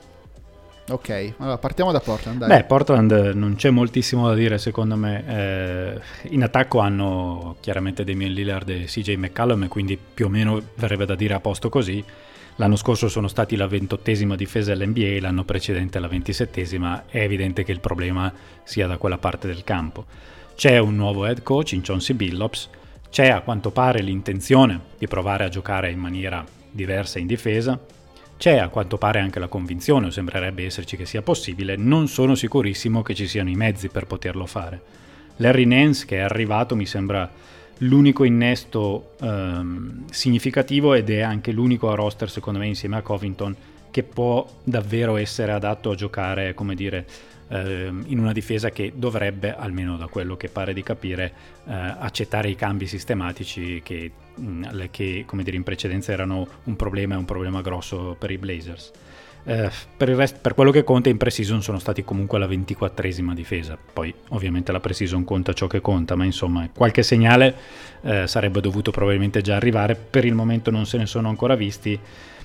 Ok, allora partiamo da Portland, dai. Beh, Portland non c'è moltissimo da dire, secondo me. In attacco hanno chiaramente Damian Lillard e CJ McCollum, e quindi più o meno verrebbe da dire a posto così. L'anno scorso sono stati la 28esima difesa dell'NBA, l'anno precedente la 27esima. È evidente che il problema sia da quella parte del campo. C'è un nuovo head coach in Chauncey Billups. C'è a quanto pare l'intenzione di provare a giocare in maniera diversa in difesa, c'è a quanto pare anche la convinzione, o sembrerebbe esserci, che sia possibile. Non sono sicurissimo che ci siano i mezzi per poterlo fare. Larry Nance, che è arrivato, mi sembra l'unico innesto significativo, ed è anche l'unico a roster, secondo me, insieme a Covington, che può davvero essere adatto a giocare, come dire, in una difesa che dovrebbe, almeno da quello che pare di capire, accettare i cambi sistematici che come dire, in precedenza erano un problema grosso per i Blazers. Per il resto, per quello che conta, in pre-season sono stati comunque la 24esima difesa. Poi ovviamente la pre-season conta ciò che conta, ma insomma qualche segnale sarebbe dovuto probabilmente già arrivare. Per il momento non se ne sono ancora visti.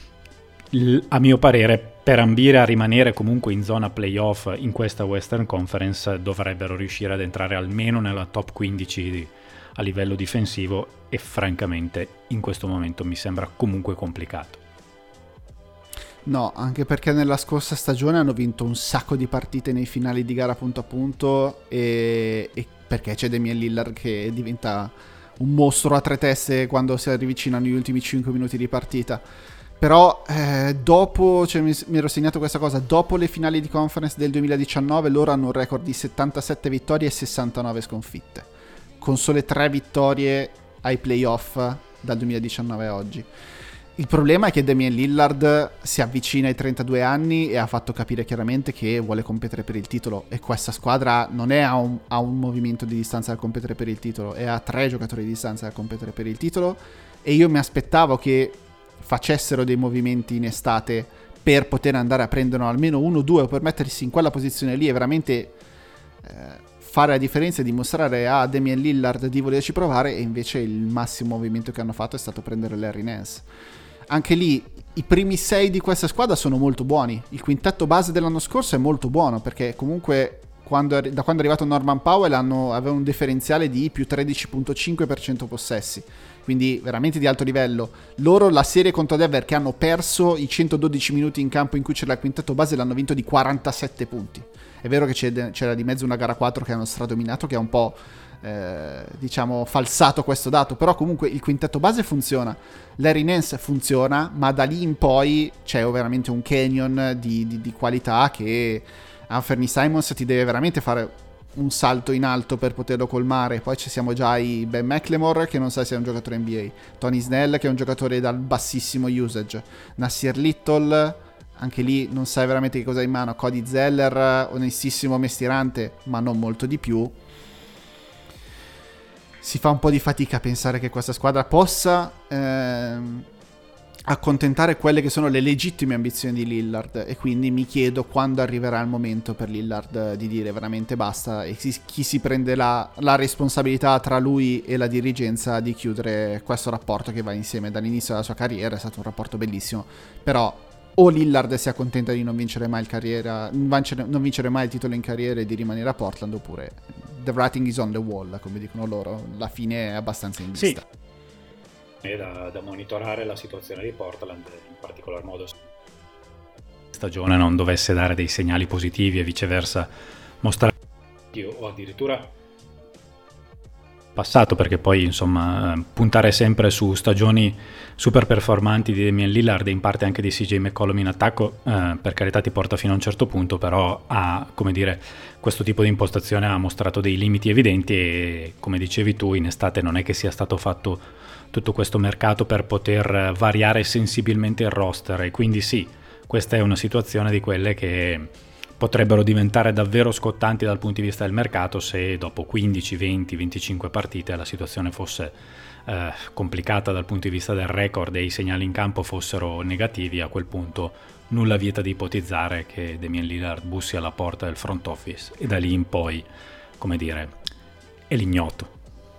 A mio parere, per ambire a rimanere comunque in zona playoff in questa Western Conference, dovrebbero riuscire ad entrare almeno nella top 15 a livello difensivo, e francamente in questo momento mi sembra comunque complicato. No, anche perché nella scorsa stagione hanno vinto un sacco di partite nei finali di gara punto a punto, e perché c'è Damian Lillard che diventa un mostro a 3 teste quando si avvicinano gli ultimi 5 minuti di partita. Però dopo, cioè, mi ero segnato questa cosa, dopo le finali di conference del 2019 loro hanno un record di 77 vittorie e 69 sconfitte, con sole 3 vittorie ai playoff dal 2019 a oggi. Il problema è che Damian Lillard si avvicina ai 32 anni e ha fatto capire chiaramente che vuole competere per il titolo, e questa squadra non è a un movimento di distanza dal competere per il titolo, è a 3 giocatori di distanza dal competere per il titolo, e io mi aspettavo che facessero dei movimenti in estate per poter andare a prendere almeno 1 o 2, o per mettersi in quella posizione lì e veramente fare la differenza e dimostrare a Damian Lillard di volerci provare, e invece il massimo movimento che hanno fatto è stato prendere Larry Nance. Anche lì i primi 6 di questa squadra sono molto buoni, il quintetto base dell'anno scorso è molto buono, perché comunque da quando è arrivato Norman Powell aveva un differenziale di più 13.5 per 100 possessi, quindi veramente di alto livello. Loro la serie contro Denver, che hanno perso i 112 minuti in campo in cui c'era il quintetto base, l'hanno vinto di 47 punti. È vero che c'era di mezzo una gara 4 che hanno stradominato, che ha un po' diciamo falsato questo dato, però comunque il quintetto base funziona, Larry Nance funziona, ma da lì in poi c'è veramente un canyon di qualità che Anthony Simons ti deve veramente fare un salto in alto per poterlo colmare. Poi ci siamo già i Ben McLemore, che non sa se è un giocatore NBA, Tony Snell, che è un giocatore dal bassissimo usage, Nasir Little, anche lì non sai veramente che cosa hai in mano. Cody Zeller, onestissimo mestierante, ma non molto di più. Si fa un po' di fatica a pensare che questa squadra possa accontentare quelle che sono le legittime ambizioni di Lillard, e quindi mi chiedo quando arriverà il momento per Lillard di dire veramente basta, e chi si prende la responsabilità tra lui e la dirigenza di chiudere questo rapporto che va insieme dall'inizio della sua carriera. È stato un rapporto bellissimo, però o Lillard si accontenta di non vincere mai non vincere mai il titolo in carriera e di rimanere a Portland, oppure the writing is on the wall, come dicono loro, la fine è abbastanza in vista. Sì. È da monitorare la situazione di Portland, in particolar modo se la stagione non dovesse dare dei segnali positivi e viceversa mostrare o addirittura passato, perché poi insomma puntare sempre su stagioni super performanti di Damian Lillard e in parte anche di CJ McCollum in attacco, per carità ti porta fino a un certo punto, però come dire, questo tipo di impostazione ha mostrato dei limiti evidenti e, come dicevi tu, in estate non è che sia stato fatto tutto questo mercato per poter variare sensibilmente il roster, e quindi sì, questa è una situazione di quelle che potrebbero diventare davvero scottanti dal punto di vista del mercato se dopo 15, 20, 25 partite la situazione fosse complicata dal punto di vista del record e i segnali in campo fossero negativi. A quel punto nulla vieta di ipotizzare che Damian Lillard bussi alla porta del front office e da lì in poi, come dire, è l'ignoto.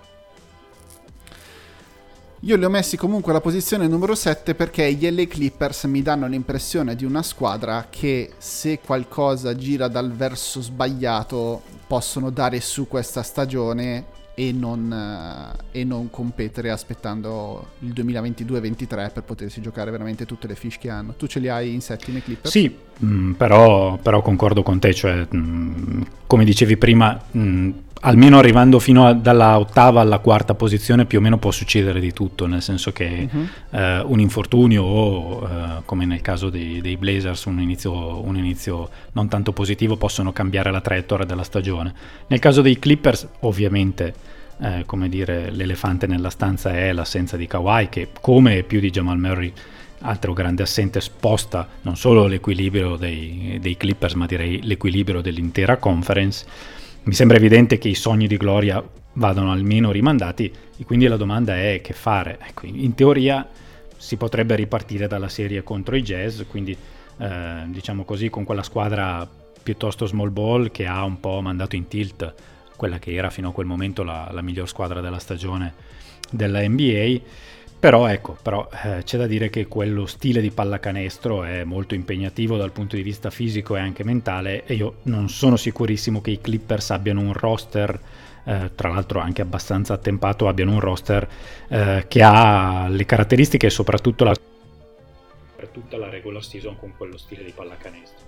Io li ho messi comunque alla posizione numero 7 perché gli LA Clippers mi danno l'impressione di una squadra che, se qualcosa gira dal verso sbagliato, possono dare su questa stagione e non competere aspettando il 2022-23 per potersi giocare veramente tutte le fiche che hanno. Tu ce li hai in settimo i Clippers? Sì, però concordo con te, cioè come dicevi prima, almeno arrivando fino dalla ottava alla quarta posizione più o meno può succedere di tutto, nel senso che un infortunio o come nel caso dei Blazers un inizio non tanto positivo possono cambiare la traiettoria della stagione. Nel caso dei Clippers ovviamente come dire, l'elefante nella stanza è l'assenza di Kawhi, che come più di Jamal Murray, altro grande assente, sposta non solo l'equilibrio dei Clippers ma direi l'equilibrio dell'intera conference. Mi sembra evidente che i sogni di gloria vadano almeno rimandati e quindi la domanda è che fare. Ecco, in teoria si potrebbe ripartire dalla serie contro i Jazz, quindi diciamo così, con quella squadra piuttosto small ball che ha un po' mandato in tilt quella che era fino a quel momento la miglior squadra della stagione della NBA. Però c'è da dire che quello stile di pallacanestro è molto impegnativo dal punto di vista fisico e anche mentale, e io non sono sicurissimo che i Clippers abbiano un roster, tra l'altro anche abbastanza attempato, abbiano un roster che ha le caratteristiche e soprattutto per tutta la regular season con quello stile di pallacanestro.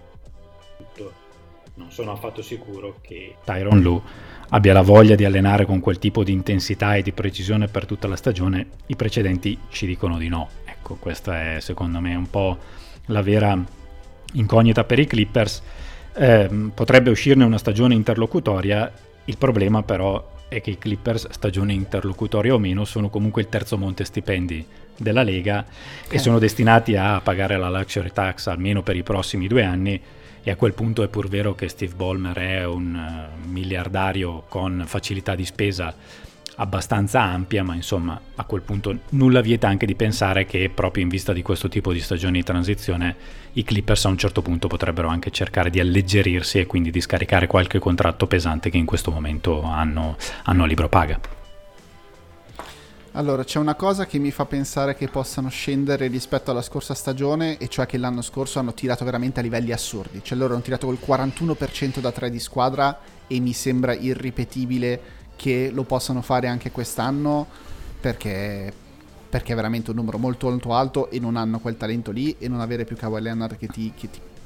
Non sono affatto sicuro che Tyronn Lue abbia la voglia di allenare con quel tipo di intensità e di precisione per tutta la stagione. I precedenti ci dicono di no. Ecco, questa è secondo me un po' la vera incognita per i Clippers. Potrebbe uscirne una stagione interlocutoria. Il problema però è che i Clippers, stagione interlocutoria o meno, sono comunque il terzo monte stipendi della Lega e sono destinati a pagare la luxury tax almeno per i prossimi 2 anni. E a quel punto è pur vero che Steve Ballmer è un miliardario con facilità di spesa abbastanza ampia, ma insomma a quel punto nulla vieta anche di pensare che proprio in vista di questo tipo di stagioni di transizione i Clippers a un certo punto potrebbero anche cercare di alleggerirsi e quindi di scaricare qualche contratto pesante che in questo momento hanno a libro paga. Allora, c'è una cosa che mi fa pensare che possano scendere rispetto alla scorsa stagione, e cioè che l'anno scorso hanno tirato veramente a livelli assurdi. Cioè loro hanno tirato col 41% da 3 di squadra e mi sembra irripetibile che lo possano fare anche quest'anno, perché è veramente un numero molto molto alto e non hanno quel talento lì, e non avere più Kawhi Leonard che ti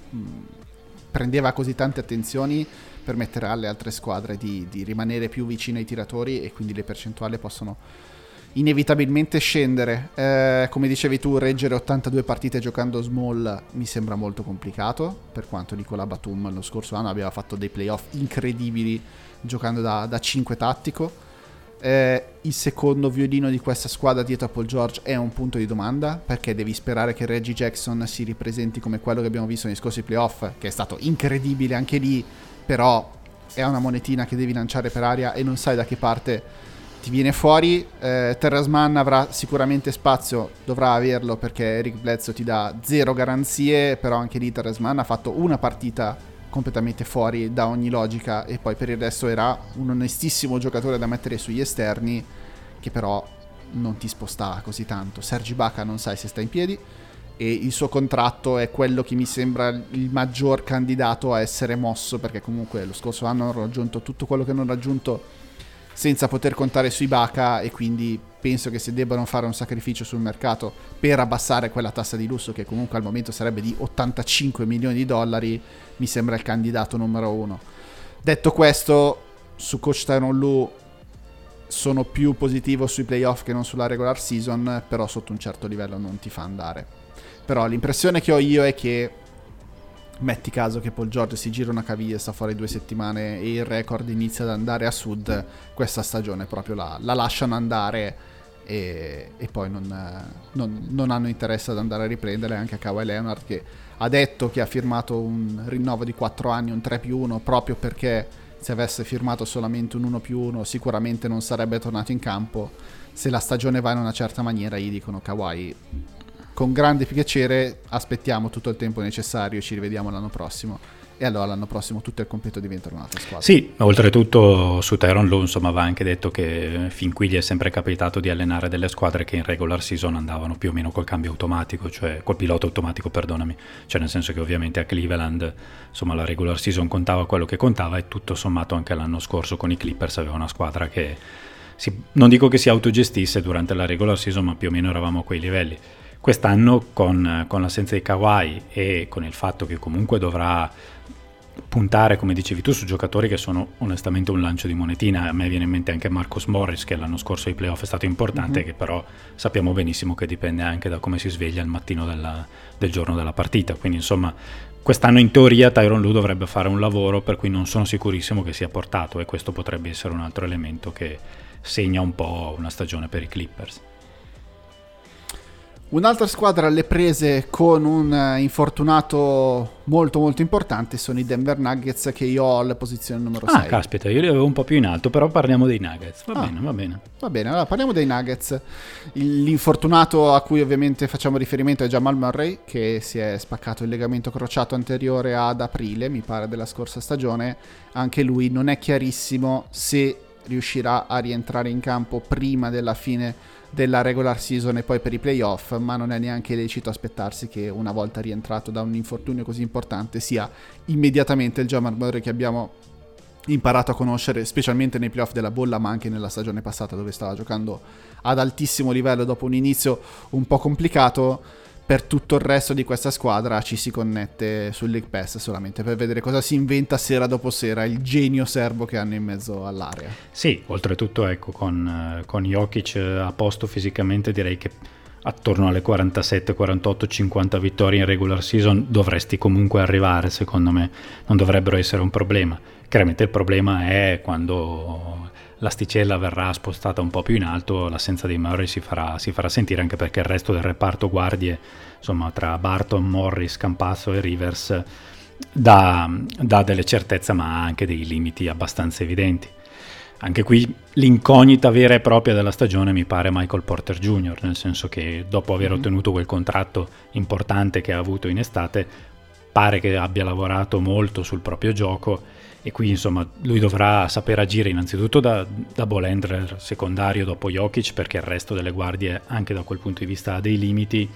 prendeva così tante attenzioni permetterà alle altre squadre di rimanere più vicine ai tiratori, e quindi le percentuali possono inevitabilmente scendere. Come dicevi tu, reggere 82 partite giocando small mi sembra molto complicato, per quanto Nicola Batum lo scorso anno aveva fatto dei playoff incredibili giocando da 5 tattico. il secondo violino di questa squadra dietro a Paul George è un punto di domanda, perché devi sperare che Reggie Jackson si ripresenti come quello che abbiamo visto nei scorsi playoff, che è stato incredibile anche lì, però è una monetina che devi lanciare per aria e non sai da che parte ti viene fuori. Terrence Mann avrà sicuramente spazio, dovrà averlo, perché Eric Bledsoe ti dà zero garanzie, però anche lì Terrence Mann ha fatto una partita completamente fuori da ogni logica, e poi per il resto era un onestissimo giocatore da mettere sugli esterni, che però non ti sposta così tanto. Serge Ibaka non sai se sta in piedi, e il suo contratto è quello che mi sembra il maggior candidato a essere mosso, perché comunque lo scorso anno hanno raggiunto tutto quello che hanno raggiunto senza poter contare su Ibaka, e quindi penso che se debbano fare un sacrificio sul mercato per abbassare quella tassa di lusso, che comunque al momento sarebbe di 85 milioni di dollari, mi sembra il candidato numero uno. Detto questo, su coach Tyronn Lue sono più positivo sui playoff che non sulla regular season, però sotto un certo livello non ti fa andare. Però l'impressione che ho io è che, metti caso che Paul George si gira una caviglia, sta fuori 2 settimane e il record inizia ad andare a sud, questa stagione proprio la lasciano andare, e poi non hanno interesse ad andare a riprendere. Anche a Kawhi Leonard, che ha detto che ha firmato un rinnovo di 4 anni, un 3+1, proprio perché se avesse firmato solamente un 1+1 sicuramente non sarebbe tornato in campo. Se la stagione va in una certa maniera, gli dicono: Kawhi, con grande piacere, aspettiamo tutto il tempo necessario, ci rivediamo l'anno prossimo. E allora l'anno prossimo tutto il completo diventa un'altra squadra. Sì, oltretutto su Tyronn Lue, insomma, va anche detto che fin qui gli è sempre capitato di allenare delle squadre che in regular season andavano più o meno col cambio automatico, cioè col pilota automatico, perdonami, cioè nel senso che ovviamente a Cleveland, insomma, la regular season contava quello che contava, e tutto sommato anche l'anno scorso con i Clippers aveva una squadra che non dico che si autogestisse durante la regular season, ma più o meno eravamo a quei livelli. Quest'anno con l'assenza di Kawhi e con il fatto che comunque dovrà puntare, come dicevi tu, su giocatori che sono onestamente un lancio di monetina. A me viene in mente anche Marcus Morris, che l'anno scorso ai playoff è stato importante, che però sappiamo benissimo che dipende anche da come si sveglia il mattino del giorno della partita. Quindi insomma quest'anno in teoria Tyronn Lue dovrebbe fare un lavoro per cui non sono sicurissimo che sia portato, e questo potrebbe essere un altro elemento che segna un po' una stagione per i Clippers. Un'altra squadra alle prese con un infortunato molto molto importante sono i Denver Nuggets, che io ho alla posizione numero 6. Caspita, io li avevo un po' più in alto, però parliamo dei Nuggets. Va bene, allora parliamo dei Nuggets. L'infortunato a cui ovviamente facciamo riferimento è Jamal Murray, che si è spaccato il legamento crociato anteriore ad aprile, mi pare, della scorsa stagione. Anche lui non è chiarissimo se riuscirà a rientrare in campo prima della fine della regular season e poi per i playoff, ma non è neanche lecito aspettarsi che una volta rientrato da un infortunio così importante sia immediatamente il Jamal Murray che abbiamo imparato a conoscere, specialmente nei playoff della bolla, ma anche nella stagione passata, dove stava giocando ad altissimo livello dopo un inizio un po' complicato. Per tutto il resto di questa squadra ci si connette sul League Pass solamente per vedere cosa si inventa sera dopo sera il genio serbo che hanno in mezzo all'area. Sì, oltretutto ecco, con Jokic a posto fisicamente, direi che attorno alle 47, 48, 50 vittorie in regular season dovresti comunque arrivare, secondo me. Non dovrebbero essere un problema. Chiaramente il problema è quando l'asticella verrà spostata un po' più in alto, l'assenza di Murray si farà sentire, anche perché il resto del reparto guardie, insomma, tra Barton, Morris, Campazzo e Rivers, dà delle certezze, ma anche dei limiti abbastanza evidenti. Anche qui l'incognita vera e propria della stagione mi pare Michael Porter Jr., nel senso che dopo aver ottenuto quel contratto importante che ha avuto in estate, pare che abbia lavorato molto sul proprio gioco, e qui insomma lui dovrà saper agire innanzitutto da ball handler secondario dopo Jokic, perché il resto delle guardie anche da quel punto di vista ha dei limiti,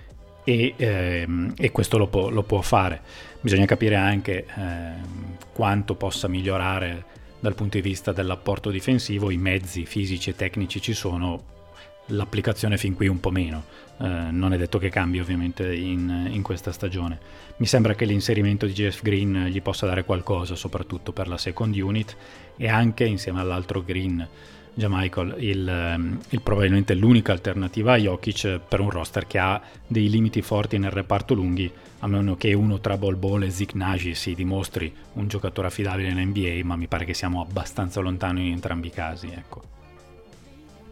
e questo lo può fare. Bisogna capire anche quanto possa migliorare dal punto di vista dell'apporto difensivo. I mezzi fisici e tecnici ci sono, l'applicazione fin qui un po' meno. Non è detto che cambi ovviamente in questa stagione. Mi sembra che l'inserimento di Jeff Green gli possa dare qualcosa, soprattutto per la second unit, e anche insieme all'altro Green, Michael, probabilmente l'unica alternativa a Jokic per un roster che ha dei limiti forti nel reparto lunghi, a meno che uno tra Bol Bol e Zeke Nnaji si dimostri un giocatore affidabile in NBA, ma mi pare che siamo abbastanza lontani in entrambi i casi, ecco.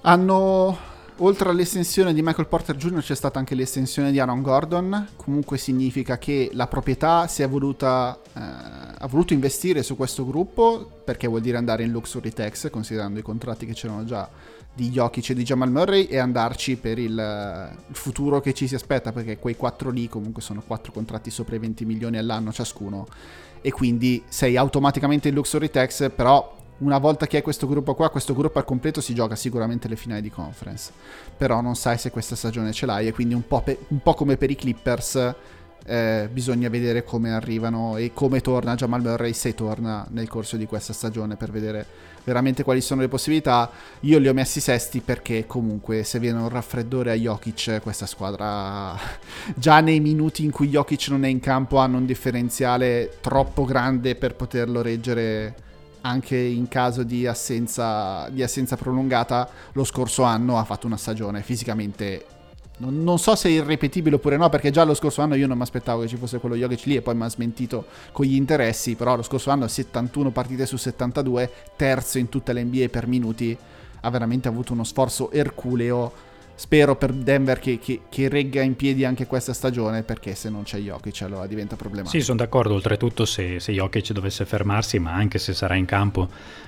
Hanno, oltre all'estensione di Michael Porter Jr. c'è stata anche l'estensione di Aaron Gordon, comunque significa che la proprietà ha voluto investire su questo gruppo, perché vuol dire andare in luxury tax, considerando i contratti che c'erano già di Jokic e di Jamal Murray, e andarci per il futuro che ci si aspetta, perché quei 4 lì comunque sono 4 contratti sopra i 20 milioni all'anno ciascuno, e quindi sei automaticamente in luxury tax. Però una volta che hai questo gruppo al completo si gioca sicuramente le finali di conference, però non sai se questa stagione ce l'hai, e quindi un po' come per i Clippers bisogna vedere come arrivano e come torna Jamal Murray, se torna nel corso di questa stagione, per vedere veramente quali sono le possibilità. Io li ho messi sesti perché comunque se viene un raffreddore a Jokic, questa squadra già nei minuti in cui Jokic non è in campo hanno un differenziale troppo grande per poterlo reggere anche in caso di assenza prolungata. Lo scorso anno ha fatto una stagione fisicamente, non so se è irripetibile oppure no, perché già lo scorso anno io non mi aspettavo che ci fosse quello Jokic lì, e poi mi ha smentito con gli interessi, però lo scorso anno 71 partite su 72, terzo in tutta l'NBA per minuti, ha veramente avuto uno sforzo erculeo. Spero per Denver che regga in piedi anche questa stagione, perché se non c'è Jokic allora diventa problematico. Sì, sono d'accordo. Oltretutto se Jokic dovesse fermarsi, ma anche se sarà in campo,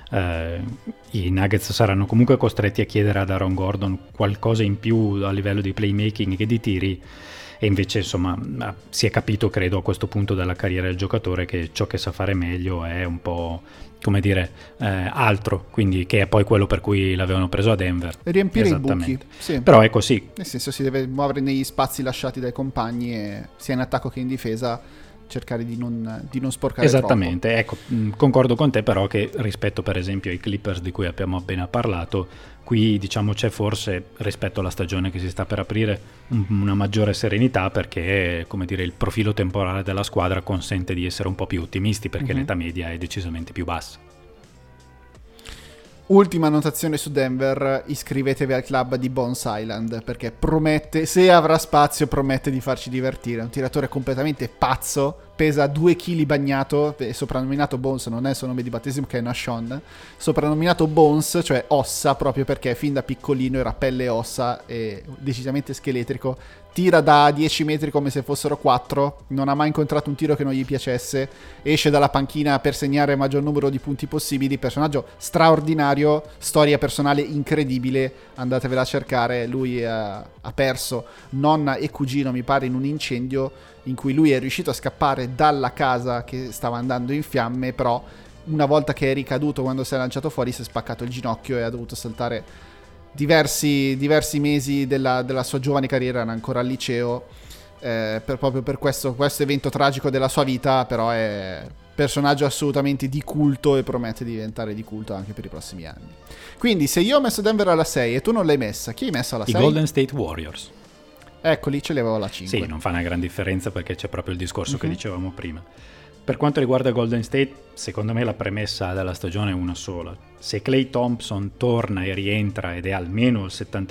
i Nuggets saranno comunque costretti a chiedere ad Aaron Gordon qualcosa in più a livello di playmaking e di tiri, e invece insomma si è capito, credo, a questo punto della carriera del giocatore, che ciò che sa fare meglio è un po', come dire, altro, quindi che è poi quello per cui l'avevano preso a Denver, riempire i buchi, sì. Però è così, nel senso si deve muovere negli spazi lasciati dai compagni, e sia in attacco che in difesa cercare di non sporcare esattamente troppo. Ecco, concordo con te, però, che rispetto per esempio ai Clippers di cui abbiamo appena parlato, qui diciamo c'è forse, rispetto alla stagione che si sta per aprire, una maggiore serenità, perché, come dire, il profilo temporale della squadra consente di essere un po' più ottimisti, perché l'età media è decisamente più bassa. Ultima annotazione su Denver: iscrivetevi al club di Bones Island, perché promette, se avrà spazio, promette di farci divertire. È un tiratore completamente pazzo, pesa 2 kg bagnato, soprannominato Bones, non è il suo nome di battesimo che è Nashon, soprannominato Bones, cioè ossa, proprio perché fin da piccolino era pelle e ossa e decisamente scheletrico. Tira da 10 metri come se fossero 4, non ha mai incontrato un tiro che non gli piacesse, esce dalla panchina per segnare il maggior numero di punti possibili. Personaggio straordinario, storia personale incredibile, andatevela a cercare. Lui ha perso nonna e cugino, mi pare, in un incendio in cui lui è riuscito a scappare dalla casa che stava andando in fiamme, però una volta che è ricaduto, quando si è lanciato fuori, si è spaccato il ginocchio e ha dovuto saltare diversi mesi della sua giovane carriera. Era ancora al liceo, proprio per questo evento tragico della sua vita. Però è personaggio assolutamente di culto e promette di diventare di culto anche per i prossimi anni. Quindi se io ho messo Denver alla 6 e tu non l'hai messa, chi hai messo alla 6? I Golden State Warriors. Ecco, lì ce l'avevo alla 5. Sì, non fa una gran differenza, perché c'è proprio il discorso che dicevamo prima. Per quanto riguarda Golden State, secondo me la premessa della stagione è una sola. Se Klay Thompson torna e rientra ed è almeno il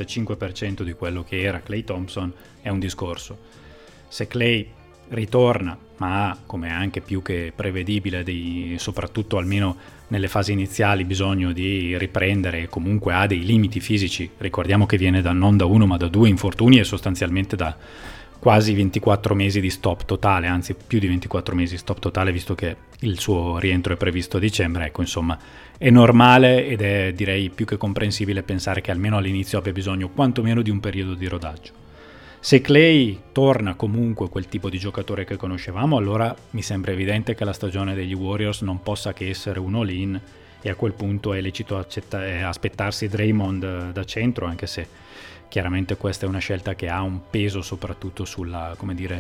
75% di quello che era Klay Thompson, è un discorso. Se Klay ritorna, ma ha, come anche più che prevedibile, soprattutto almeno nelle fasi iniziali, bisogno di riprendere, e comunque ha dei limiti fisici, ricordiamo che viene non da 1 ma da 2 infortuni e sostanzialmente da quasi 24 mesi di stop totale, anzi più di 24 mesi di stop totale, visto che il suo rientro è previsto a dicembre. Ecco, insomma, è normale ed è, direi, più che comprensibile pensare che almeno all'inizio abbia bisogno quantomeno di un periodo di rodaggio. Se Klay torna comunque quel tipo di giocatore che conoscevamo, allora mi sembra evidente che la stagione degli Warriors non possa che essere un all-in, e a quel punto è lecito aspettarsi Draymond da centro, anche se chiaramente questa è una scelta che ha un peso soprattutto sullo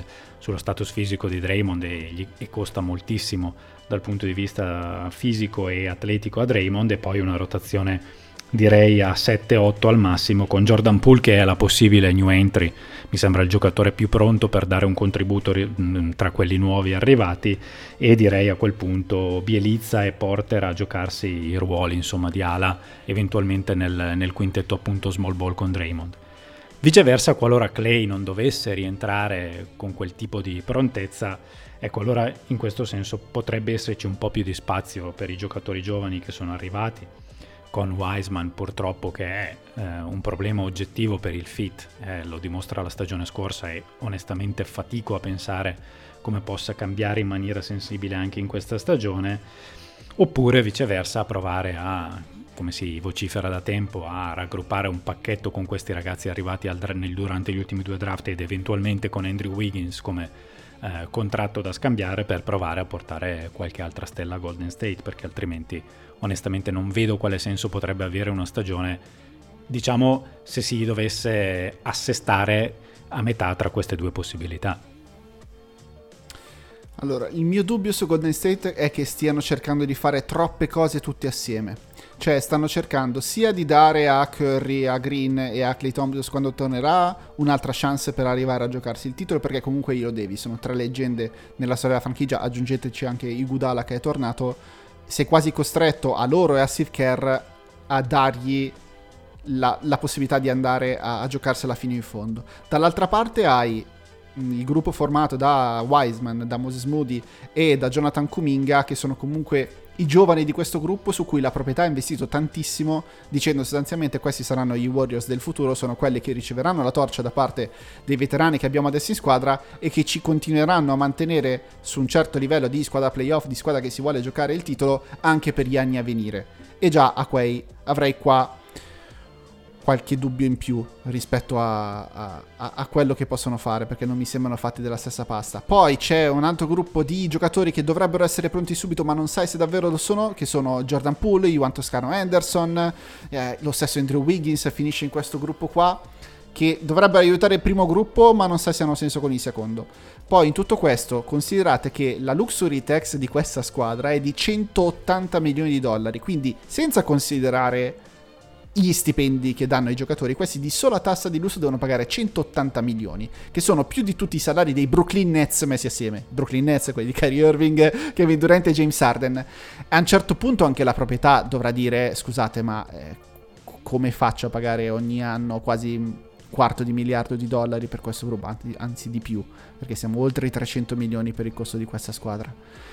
status fisico di Draymond, e costa moltissimo dal punto di vista fisico e atletico a Draymond, e poi una rotazione direi a 7-8 al massimo, con Jordan Poole che è la possibile new entry. Mi sembra il giocatore più pronto per dare un contributo tra quelli nuovi arrivati, e direi a quel punto Bjelica e Porter a giocarsi i ruoli, insomma, di ala, eventualmente nel quintetto appunto small ball con Draymond. Viceversa, qualora Klay non dovesse rientrare con quel tipo di prontezza, ecco, allora in questo senso potrebbe esserci un po' più di spazio per i giocatori giovani che sono arrivati, con Wiseman purtroppo, che è un problema oggettivo per il fit, lo dimostra la stagione scorsa, e onestamente fatico a pensare come possa cambiare in maniera sensibile anche in questa stagione, oppure viceversa a provare a, come si vocifera da tempo, a raggruppare un pacchetto con questi ragazzi arrivati durante gli ultimi 2 draft, ed eventualmente con Andrew Wiggins come contratto da scambiare, per provare a portare qualche altra stella a Golden State, perché altrimenti onestamente non vedo quale senso potrebbe avere una stagione, diciamo, se si dovesse assestare a metà tra queste 2 possibilità. Allora, il mio dubbio su Golden State è che stiano cercando di fare troppe cose tutte assieme. Cioè, stanno cercando sia di dare a Curry, a Green e a Klay Thompson, quando tornerà, un'altra chance per arrivare a giocarsi il titolo, perché comunque io devi, sono 3 leggende nella storia della franchigia, aggiungeteci anche Iguodala che è tornato, sei quasi costretto a loro e a Steve Kerr a dargli la possibilità di andare a giocarsela fino in fondo. Dall'altra parte hai il gruppo formato da Wiseman, da Moses Moody e da Jonathan Kuminga, che sono comunque i giovani di questo gruppo su cui la proprietà ha investito tantissimo, dicendo sostanzialmente questi saranno gli Warriors del futuro, sono quelli che riceveranno la torcia da parte dei veterani che abbiamo adesso in squadra e che ci continueranno a mantenere su un certo livello di squadra playoff, di squadra che si vuole giocare il titolo anche per gli anni a venire. E già avrei qua qualche dubbio in più rispetto a quello che possono fare, perché non mi sembrano fatti della stessa pasta. Poi c'è un altro gruppo di giocatori che dovrebbero essere pronti subito, ma non sai se davvero lo sono, che sono Jordan Poole, Juan Toscano Anderson, lo stesso Andrew Wiggins finisce in questo gruppo qua, che dovrebbero aiutare il primo gruppo, ma non sai se hanno senso con il secondo. Poi in tutto questo considerate che la luxury tax di questa squadra è di $180 milioni, quindi senza considerare gli stipendi che danno ai giocatori, questi di sola tassa di lusso devono pagare 180 milioni, che sono più di tutti i salari dei Brooklyn Nets messi assieme. Brooklyn Nets, quelli di Kyrie Irving, Kevin Durant e James Harden. A un certo punto anche la proprietà dovrà dire: scusate, ma come faccio a pagare ogni anno quasi $250 miliardi per questo gruppo, anzi di più, perché siamo oltre i 300 milioni per il costo di questa squadra.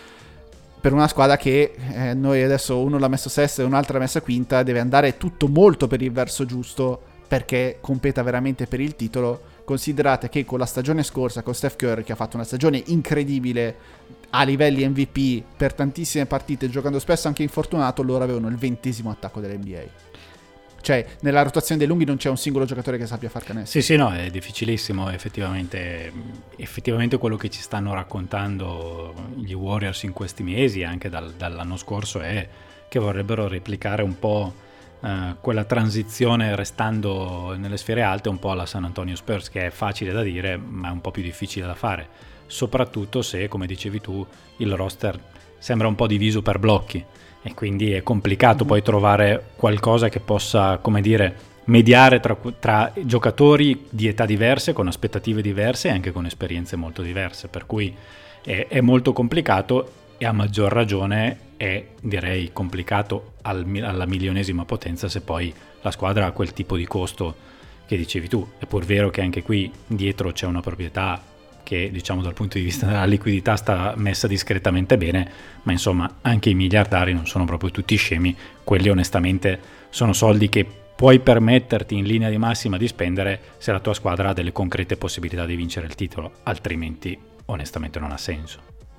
Per una squadra che noi adesso, uno l'ha messo sesta e un'altra l'ha messa quinta, deve andare tutto molto per il verso giusto perché competa veramente per il titolo. Considerate che con la stagione scorsa, con Steph Curry, che ha fatto una stagione incredibile a livelli MVP per tantissime partite, giocando spesso anche infortunato, loro avevano il 20° attacco dell'NBA. Cioè, nella rotazione dei lunghi non c'è un singolo giocatore che sappia far canestro. Sì, no, è difficilissimo. Effettivamente quello che ci stanno raccontando gli Warriors in questi mesi, anche dall'anno scorso, è che vorrebbero replicare un po' quella transizione restando nelle sfere alte, un po' alla San Antonio Spurs, che è facile da dire ma è un po' più difficile da fare, soprattutto se, come dicevi tu, il roster sembra un po' diviso per blocchi. E quindi è complicato poi trovare qualcosa che possa, come dire, mediare tra giocatori di età diverse, con aspettative diverse e anche con esperienze molto diverse, per cui è molto complicato, e a maggior ragione è, direi, complicato alla milionesima potenza se poi la squadra ha quel tipo di costo che dicevi tu. È pur vero che anche qui dietro c'è una proprietà che, diciamo, dal punto di vista della liquidità sta messa discretamente bene, ma insomma anche i miliardari non sono proprio tutti scemi. Quelli onestamente sono soldi che puoi permetterti in linea di massima di spendere se la tua squadra ha delle concrete possibilità di vincere il titolo, altrimenti onestamente non ha senso.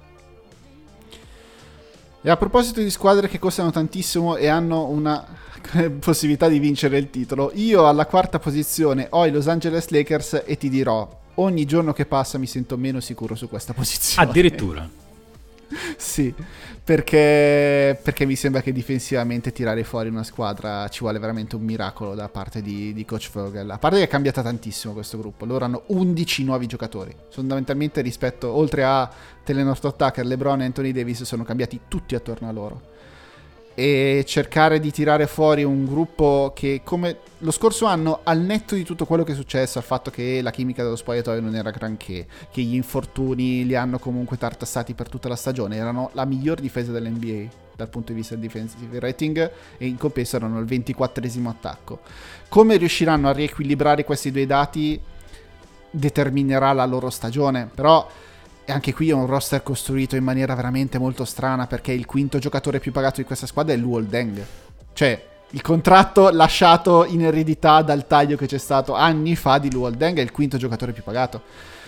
E a proposito di squadre che costano tantissimo e hanno una possibilità di vincere il titolo, io alla 4ª posizione ho i Los Angeles Lakers e ti dirò, ogni giorno che passa mi sento meno sicuro su questa posizione. Addirittura? Sì, perché mi sembra che difensivamente tirare fuori una squadra ci vuole veramente un miracolo da parte di Coach Vogel. A parte che è cambiata tantissimo questo gruppo, loro hanno 11 nuovi giocatori, fondamentalmente rispetto, oltre a Telenor Tucker, LeBron e Anthony Davis, sono cambiati tutti attorno a loro. E cercare di tirare fuori un gruppo che, come lo scorso anno, al netto di tutto quello che è successo, al fatto che la chimica dello spogliatoio non era granché, che gli infortuni li hanno comunque tartassati per tutta la stagione, erano la miglior difesa dell'NBA dal punto di vista del defensive rating, e in compenso erano il 24° attacco. Come riusciranno a riequilibrare questi due dati determinerà la loro stagione, però anche qui è un roster costruito in maniera veramente molto strana, perché il quinto giocatore più pagato di questa squadra è Luol Deng. Cioè, il contratto lasciato in eredità dal taglio che c'è stato anni fa di Luol Deng, è il quinto giocatore più pagato.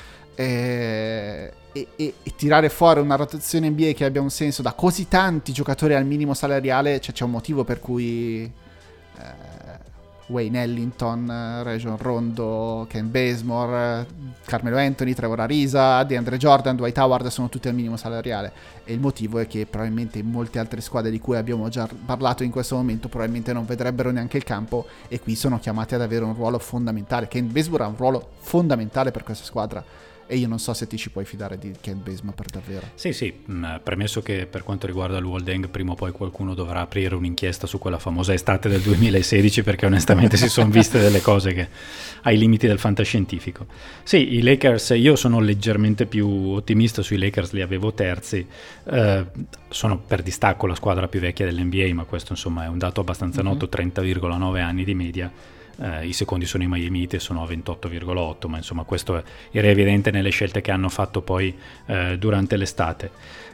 E tirare fuori una rotazione NBA che abbia un senso da così tanti giocatori al minimo salariale, cioè c'è un motivo per cui Wayne Ellington, Rajon Rondo, Ken Bazemore, Carmelo Anthony, Trevor Ariza, DeAndre Jordan, Dwight Howard sono tutti al minimo salariale, e il motivo è che probabilmente in molte altre squadre di cui abbiamo già parlato in questo momento probabilmente non vedrebbero neanche il campo, e qui sono chiamati ad avere un ruolo fondamentale. Ken Bazemore ha un ruolo fondamentale per questa squadra, e io non so se ti ci puoi fidare di Ken Bazemore per davvero. Sì, premesso che per quanto riguarda Luol Deng prima o poi qualcuno dovrà aprire un'inchiesta su quella famosa estate del 2016, perché onestamente si sono viste delle cose che ai limiti del fantascientifico. Sì, i Lakers, io sono leggermente più ottimista sui Lakers, li avevo terzi, sono per distacco la squadra più vecchia dell'NBA, ma questo insomma è un dato abbastanza noto, 30,9 anni di media. I secondi sono i Miami Heat e sono a 28,8, ma insomma questo era evidente nelle scelte che hanno fatto poi durante l'estate.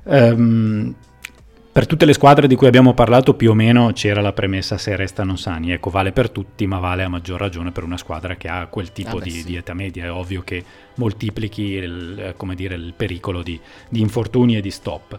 Per tutte le squadre di cui abbiamo parlato più o meno c'era la premessa se restano sani, ecco, vale per tutti, ma vale a maggior ragione per una squadra che ha quel tipo di età media. È ovvio che moltiplichi il pericolo di infortuni e di stop.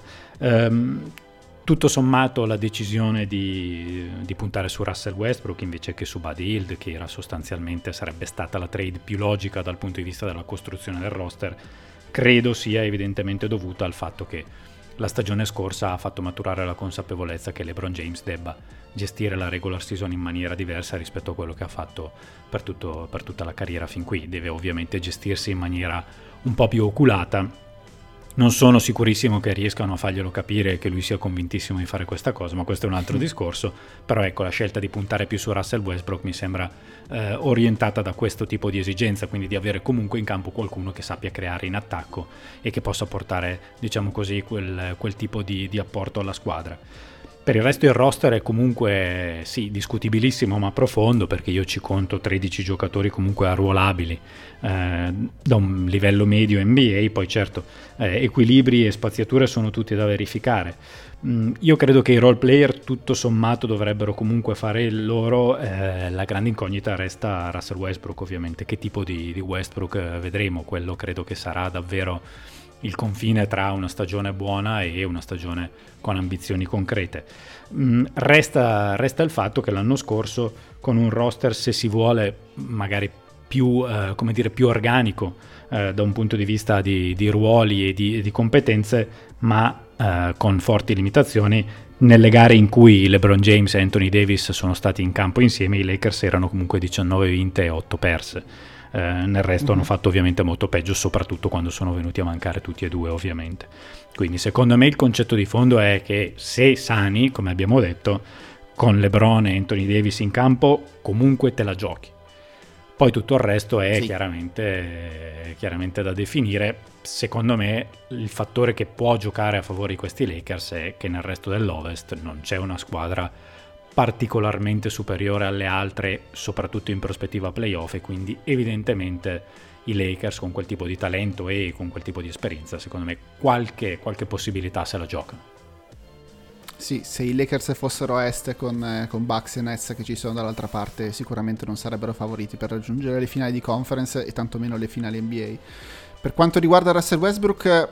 Tutto sommato la decisione di puntare su Russell Westbrook invece che su Buddy Hield, che era sostanzialmente sarebbe stata la trade più logica dal punto di vista della costruzione del roster, credo sia evidentemente dovuta al fatto che la stagione scorsa ha fatto maturare la consapevolezza che LeBron James debba gestire la regular season in maniera diversa rispetto a quello che ha fatto per tutta la carriera fin qui. Deve ovviamente gestirsi in maniera un po' più oculata. Non sono sicurissimo che riescano a farglielo capire, che lui sia convintissimo di fare questa cosa, ma questo è un altro discorso. Però ecco, la scelta di puntare più su Russell Westbrook mi sembra orientata da questo tipo di esigenza, quindi di avere comunque in campo qualcuno che sappia creare in attacco e che possa portare, diciamo così, quel tipo di apporto alla squadra. Per il resto il roster è comunque, sì, discutibilissimo ma profondo, perché io ci conto 13 giocatori comunque arruolabili da un livello medio NBA, poi certo equilibri e spaziature sono tutti da verificare. Io credo che i role player tutto sommato dovrebbero comunque fare il loro, la grande incognita resta Russell Westbrook ovviamente. Che tipo di Westbrook vedremo? Quello credo che sarà davvero il confine tra una stagione buona e una stagione con ambizioni concrete. Resta il fatto che l'anno scorso, con un roster, se si vuole, magari più organico da un punto di vista di ruoli e di competenze, ma con forti limitazioni, nelle gare in cui LeBron James e Anthony Davis sono stati in campo insieme, i Lakers erano comunque 19 vinte e 8 perse. Nel resto hanno fatto ovviamente molto peggio, soprattutto quando sono venuti a mancare tutti e due ovviamente. Quindi secondo me il concetto di fondo è che se sani, come abbiamo detto, con LeBron e Anthony Davis in campo comunque te la giochi. Poi tutto il resto è chiaramente da definire. Secondo me il fattore che può giocare a favore di questi Lakers è che nel resto dell'Ovest non c'è una squadra particolarmente superiore alle altre, soprattutto in prospettiva playoff, e quindi evidentemente i Lakers con quel tipo di talento e con quel tipo di esperienza, secondo me qualche possibilità se la giocano. Sì, se i Lakers fossero a est con Bucks e Nets che ci sono dall'altra parte, sicuramente non sarebbero favoriti per raggiungere le finali di conference e tantomeno le finali NBA. Per quanto riguarda Russell Westbrook,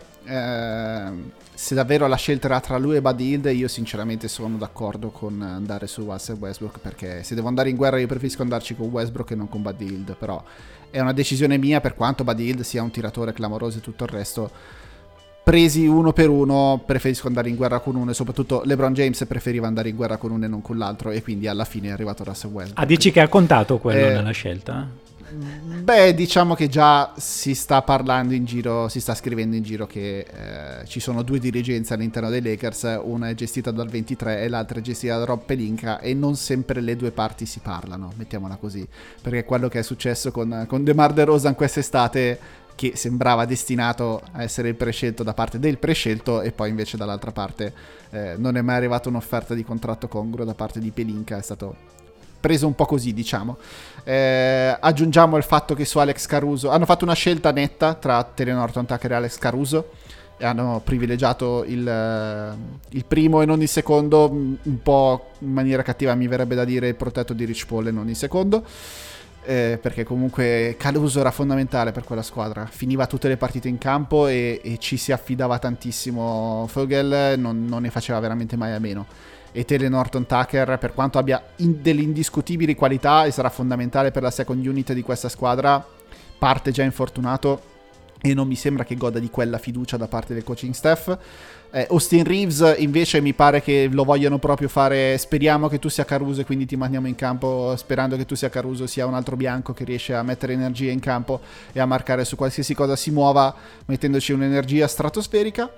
se davvero la scelta era tra lui e Buddy Hield, io sinceramente sono d'accordo con andare su Russell Westbrook, perché se devo andare in guerra io preferisco andarci con Westbrook e non con Buddy Hield. Però è una decisione mia, per quanto Buddy Hield sia un tiratore clamoroso e tutto il resto. Presi uno per uno preferisco andare in guerra con uno, e soprattutto LeBron James preferiva andare in guerra con uno e non con l'altro, e quindi alla fine è arrivato Russell Westbrook. Dici che ha contato quello nella scelta? Beh, diciamo che già si sta parlando in giro, si sta scrivendo in giro che ci sono due dirigenze all'interno dei Lakers, una è gestita dal 23 e l'altra è gestita da Rob Pelinka, e non sempre le due parti si parlano, mettiamola così, perché quello che è successo con DeMar DeRozan quest'estate, che sembrava destinato a essere il prescelto da parte del prescelto, e poi invece dall'altra parte non è mai arrivata un'offerta di contratto congruo da parte di Pelinka, è stato preso un po' così, diciamo. Aggiungiamo il fatto che su Alex Caruso hanno fatto una scelta netta tra Talen Horton-Tucker e Alex Caruso, e hanno privilegiato il primo e non il secondo, un po' in maniera cattiva mi verrebbe da dire il protetto di Rich Paul e non il secondo, perché comunque Caruso era fondamentale per quella squadra, finiva tutte le partite in campo e ci si affidava tantissimo. Vogel non ne faceva veramente mai a meno, e Talen Horton-Tucker, per quanto abbia delle indiscutibili qualità e sarà fondamentale per la second unit di questa squadra, parte già infortunato e non mi sembra che goda di quella fiducia da parte del coaching staff. Austin Reeves invece mi pare che lo vogliano proprio fare, speriamo che tu sia Caruso e quindi ti mandiamo in campo sperando che tu sia Caruso, sia un altro bianco che riesce a mettere energia in campo e a marcare su qualsiasi cosa si muova, mettendoci un'energia stratosferica.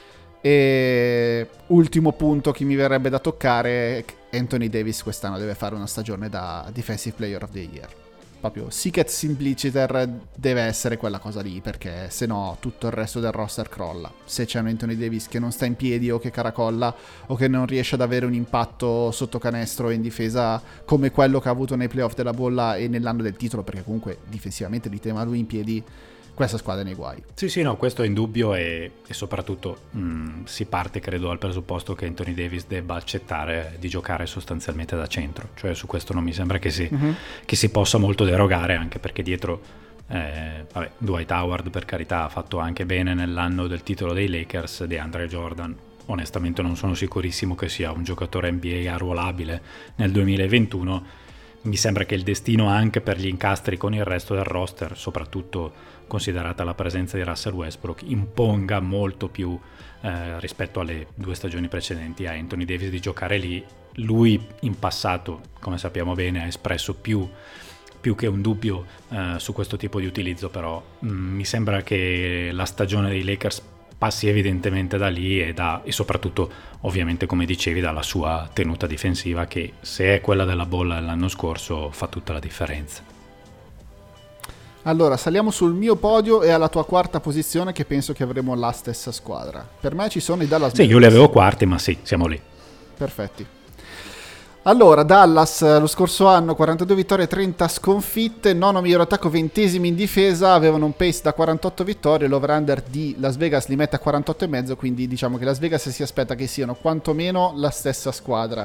E ultimo punto che mi verrebbe da toccare, Anthony Davis quest'anno deve fare una stagione da Defensive Player of the Year, proprio sic et simpliciter deve essere quella cosa lì, perché se no tutto il resto del roster crolla. Se c'è un Anthony Davis che non sta in piedi o che caracolla o che non riesce ad avere un impatto sotto canestro e in difesa come quello che ha avuto nei playoff della bolla e nell'anno del titolo, perché comunque difensivamente li tema lui in piedi, questa squadra è nei guai. Sì, no, questo è indubbio e soprattutto si parte credo dal presupposto che Anthony Davis debba accettare di giocare sostanzialmente da centro, cioè su questo non mi sembra che si possa molto derogare, anche perché dietro Dwight Howard per carità ha fatto anche bene nell'anno del titolo dei Lakers. DeAndre Jordan onestamente non sono sicurissimo che sia un giocatore NBA arruolabile nel 2021. Mi sembra che il destino anche per gli incastri con il resto del roster, soprattutto considerata la presenza di Russell Westbrook, imponga molto più rispetto alle 2 stagioni precedenti a Anthony Davis di giocare lì. Lui in passato, come sappiamo bene, ha espresso più che un dubbio su questo tipo di utilizzo, però mi sembra che la stagione dei Lakers passi evidentemente da lì e soprattutto ovviamente, come dicevi, dalla sua tenuta difensiva, che se è quella della bolla dell'anno scorso fa tutta la differenza. Allora, saliamo sul mio podio e alla tua quarta posizione, che penso che avremo la stessa squadra. Per me ci sono i Dallas Mavericks. Sì, io li avevo quarti, ma sì, siamo lì. Perfetti. Allora, Dallas lo scorso anno 42 vittorie, 30 sconfitte, nono miglior attacco, 20esimi in difesa, avevano un pace da 48 vittorie, l'over-under di Las Vegas li mette a 48,5, quindi diciamo che Las Vegas si aspetta che siano quantomeno la stessa squadra.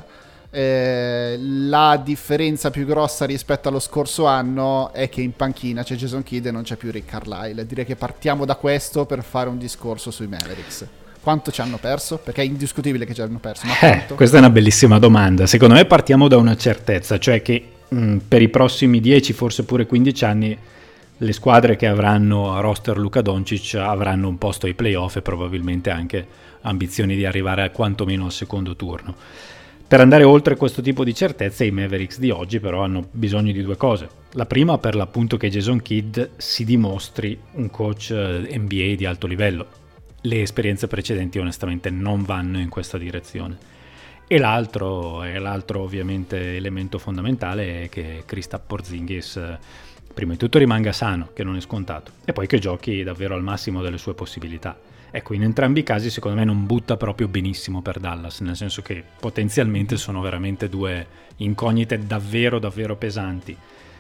La differenza più grossa rispetto allo scorso anno è che in panchina c'è Jason Kidd e non c'è più Rick Carlisle. Direi che partiamo da questo per fare un discorso sui Mavericks. Quanto ci hanno perso? Perché è indiscutibile che ci hanno perso, ma quanto? Questa è una bellissima domanda. Secondo me partiamo da una certezza, cioè che per i prossimi 10, forse pure 15 anni, le squadre che avranno a roster Luka Doncic avranno un posto ai playoff e probabilmente anche ambizioni di arrivare quantomeno al secondo turno. Per andare oltre questo tipo di certezze, i Mavericks di oggi però hanno bisogno di 2 cose. La prima, per l'appunto, che Jason Kidd si dimostri un coach NBA di alto livello. Le esperienze precedenti onestamente non vanno in questa direzione. E l'altro ovviamente elemento fondamentale è che Kristaps Porzingis prima di tutto rimanga sano, che non è scontato, e poi che giochi davvero al massimo delle sue possibilità. Ecco, in entrambi i casi secondo me non butta proprio benissimo per Dallas, nel senso che potenzialmente sono veramente 2 incognite davvero davvero pesanti.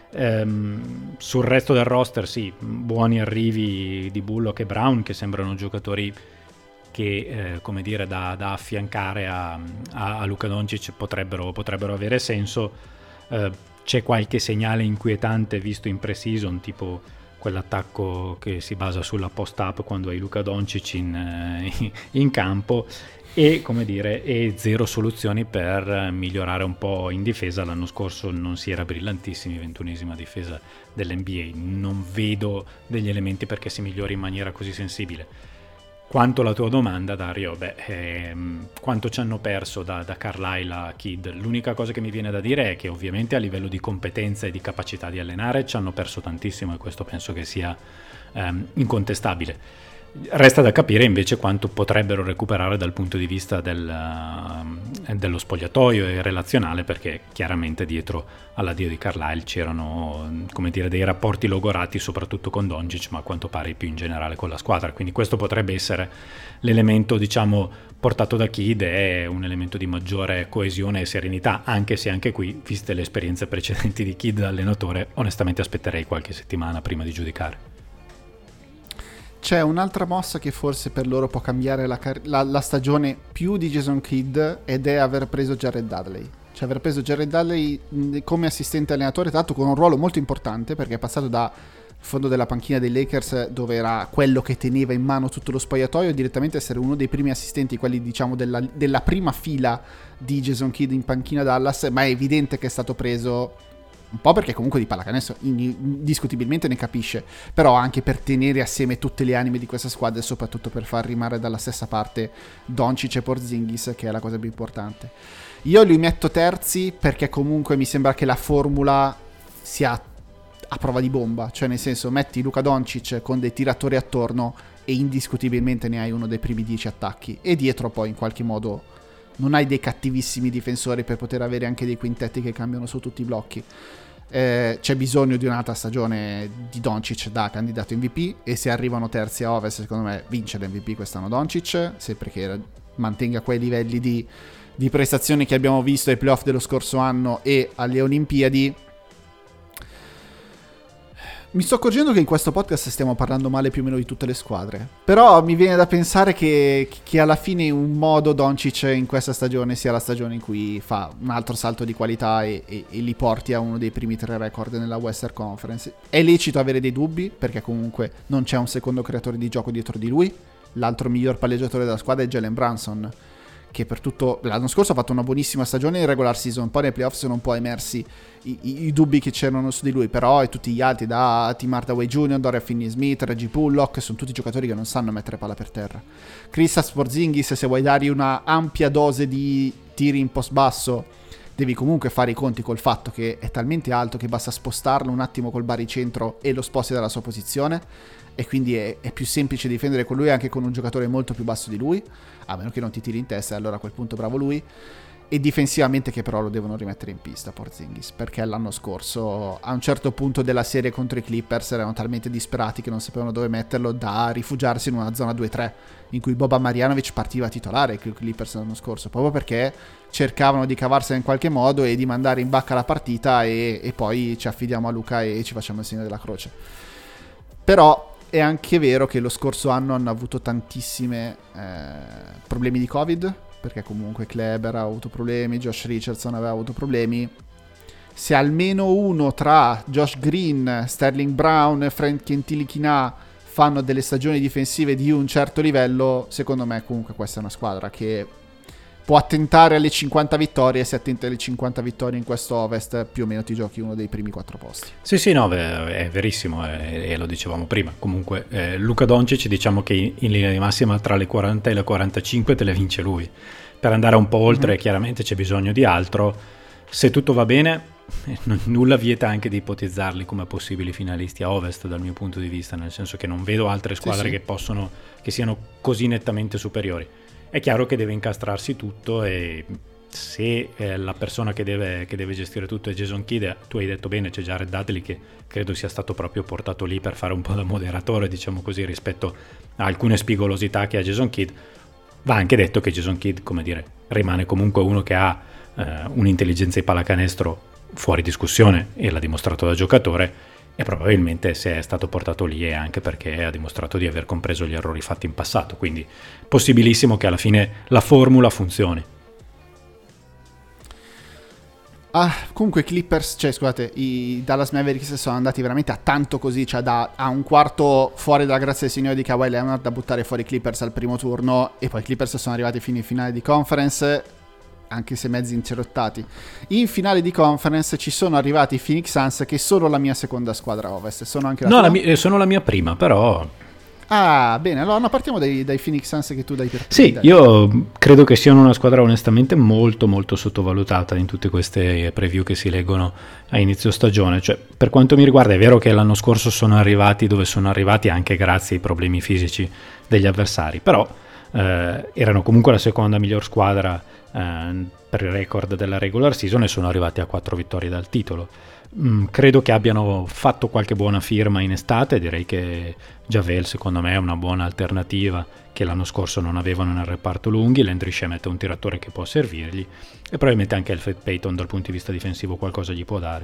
Sul resto del roster sì, buoni arrivi di Bullock e Brown, che sembrano giocatori che come dire da affiancare a Luka Doncic potrebbero avere senso. C'è qualche segnale inquietante visto in pre-season, tipo quell'attacco che si basa sulla post-up quando hai Luka Doncic in campo, e come dire, e 0 soluzioni per migliorare un po' in difesa. L'anno scorso non si era brillantissimi, 21esima difesa dell'NBA. Non vedo degli elementi perché si migliori in maniera così sensibile. Quanto alla tua domanda, Dario, quanto ci hanno perso da Carlisle a Kidd? L'unica cosa che mi viene da dire è che ovviamente a livello di competenza e di capacità di allenare ci hanno perso tantissimo, e questo penso che sia incontestabile. Resta da capire invece quanto potrebbero recuperare dal punto di vista dello spogliatoio e relazionale, perché chiaramente dietro all'addio di Carlisle c'erano, come dire, dei rapporti logorati soprattutto con Doncic, ma a quanto pare più in generale con la squadra. Quindi questo potrebbe essere l'elemento, diciamo, portato da Kidd, è un elemento di maggiore coesione e serenità, anche se anche qui, viste le esperienze precedenti di Kidd da allenatore, onestamente aspetterei qualche settimana prima di giudicare. c'è un'altra mossa che forse per loro può cambiare la stagione più di Jason Kidd, ed è aver preso Jared Dudley. Cioè aver preso Jared Dudley come assistente allenatore, tra l'altro con un ruolo molto importante, perché è passato da fondo della panchina dei Lakers, dove era quello che teneva in mano tutto lo spogliatoio, direttamente essere uno dei primi assistenti, quelli diciamo della prima fila di Jason Kidd in panchina Dallas. Ma è evidente che è stato preso un po' perché comunque di pallacanestro indiscutibilmente ne capisce, però anche per tenere assieme tutte le anime di questa squadra, e soprattutto per far rimare dalla stessa parte Doncic e Porzingis, che è la cosa più importante. Io li metto terzi perché comunque mi sembra che la formula sia a prova di bomba, cioè nel senso, metti Luka Doncic con dei tiratori attorno e indiscutibilmente ne hai uno dei primi 10 attacchi, e dietro poi in qualche modo non hai dei cattivissimi difensori per poter avere anche dei quintetti che cambiano su tutti i blocchi. C'è bisogno di un'altra stagione di Doncic da candidato MVP, e se arrivano terzi a Ovest, secondo me vince l'MVP quest'anno Doncic, sempre che mantenga quei livelli di prestazioni che abbiamo visto ai playoff dello scorso anno e alle Olimpiadi. Mi sto accorgendo che in questo podcast stiamo parlando male più o meno di tutte le squadre, però mi viene da pensare che alla fine in un modo Doncic in questa stagione sia la stagione in cui fa un altro salto di qualità e li porti a uno dei primi 3 record nella Western Conference. È lecito avere dei dubbi, perché comunque non c'è un secondo creatore di gioco dietro di lui. L'altro miglior palleggiatore della squadra è Jalen Brunson, che per tutto l'anno scorso ha fatto una buonissima stagione in regular season, poi nei playoff sono un po' emersi i dubbi che c'erano su di lui, però e tutti gli altri, da Tim Hardaway Jr., Dorian Finney-Smith, Reggie Bullock, sono tutti giocatori che non sanno mettere palla per terra. Kristaps Porzingis, se vuoi dargli una ampia dose di tiri in post basso, devi comunque fare i conti col fatto che è talmente alto che basta spostarlo un attimo col baricentro e lo sposti dalla sua posizione, e quindi è più semplice difendere con lui anche con un giocatore molto più basso di lui, a meno che non ti tiri in testa, e allora a quel punto bravo lui. E difensivamente che però lo devono rimettere in pista Porzingis, perché l'anno scorso a un certo punto della serie contro i Clippers erano talmente disperati che non sapevano dove metterlo, da rifugiarsi in una zona 2-3 in cui Boban Marjanovic partiva titolare con i Clippers l'anno scorso, proprio perché cercavano di cavarsela in qualche modo e di mandare in bacca la partita, e poi ci affidiamo a Luka e ci facciamo il segno della croce. Però è anche vero che lo scorso anno hanno avuto tantissimi problemi di Covid, perché comunque Kleber ha avuto problemi, Josh Richardson aveva avuto problemi. Se almeno uno tra Josh Green, Sterling Brown e Frank Ntilikina fanno delle stagioni difensive di un certo livello, secondo me comunque questa è una squadra che può attentare alle 50 vittorie, e se attenti alle 50 vittorie in questo Ovest più o meno ti giochi uno dei primi 4 posti. Sì, no, è verissimo, e lo dicevamo prima. Comunque Luka Doncic, diciamo che in linea di massima tra le 40 e le 45 te le vince lui. Per andare un po' oltre chiaramente c'è bisogno di altro. Se tutto va bene, nulla vieta anche di ipotizzarli come possibili finalisti a Ovest dal mio punto di vista, nel senso che non vedo altre squadre che siano così nettamente superiori. È chiaro che deve incastrarsi tutto, e se la persona che deve gestire tutto è Jason Kidd, tu hai detto bene, c'è Jared Dudley che credo sia stato proprio portato lì per fare un po' da moderatore, diciamo così, rispetto a alcune spigolosità che ha Jason Kidd. Va anche detto che Jason Kidd, come dire, rimane comunque uno che ha un'intelligenza di pallacanestro fuori discussione, e l'ha dimostrato da giocatore, e probabilmente se è stato portato lì è anche perché ha dimostrato di aver compreso gli errori fatti in passato, quindi possibilissimo che alla fine la formula funzioni. Comunque i Dallas Mavericks sono andati veramente a tanto così, cioè a un quarto fuori dalla grazia del Signore di Kawhi Leonard da buttare fuori i Clippers al primo turno, e poi i Clippers sono arrivati fino in finale di conference, anche se mezzi incerottati. In finale di conference ci sono arrivati i Phoenix Suns, che sono la mia seconda squadra Ovest. Sono anche sono la mia prima, però. Ah, bene, allora partiamo dai Phoenix Suns che tu dai per Sì, io credo che siano una squadra onestamente molto molto sottovalutata in tutte queste preview che si leggono a inizio stagione. Cioè, per quanto mi riguarda, è vero che l'anno scorso sono arrivati dove sono arrivati anche grazie ai problemi fisici degli avversari, però erano comunque la seconda miglior squadra per il record della regular season, e sono arrivati a 4 vittorie dal titolo. Credo che abbiano fatto qualche buona firma in estate. Direi che Javel secondo me è una buona alternativa che l'anno scorso non avevano nel reparto lunghi. Landry Shamet è un tiratore che può servirgli, e probabilmente anche Elfrid Payton dal punto di vista difensivo qualcosa gli può dare.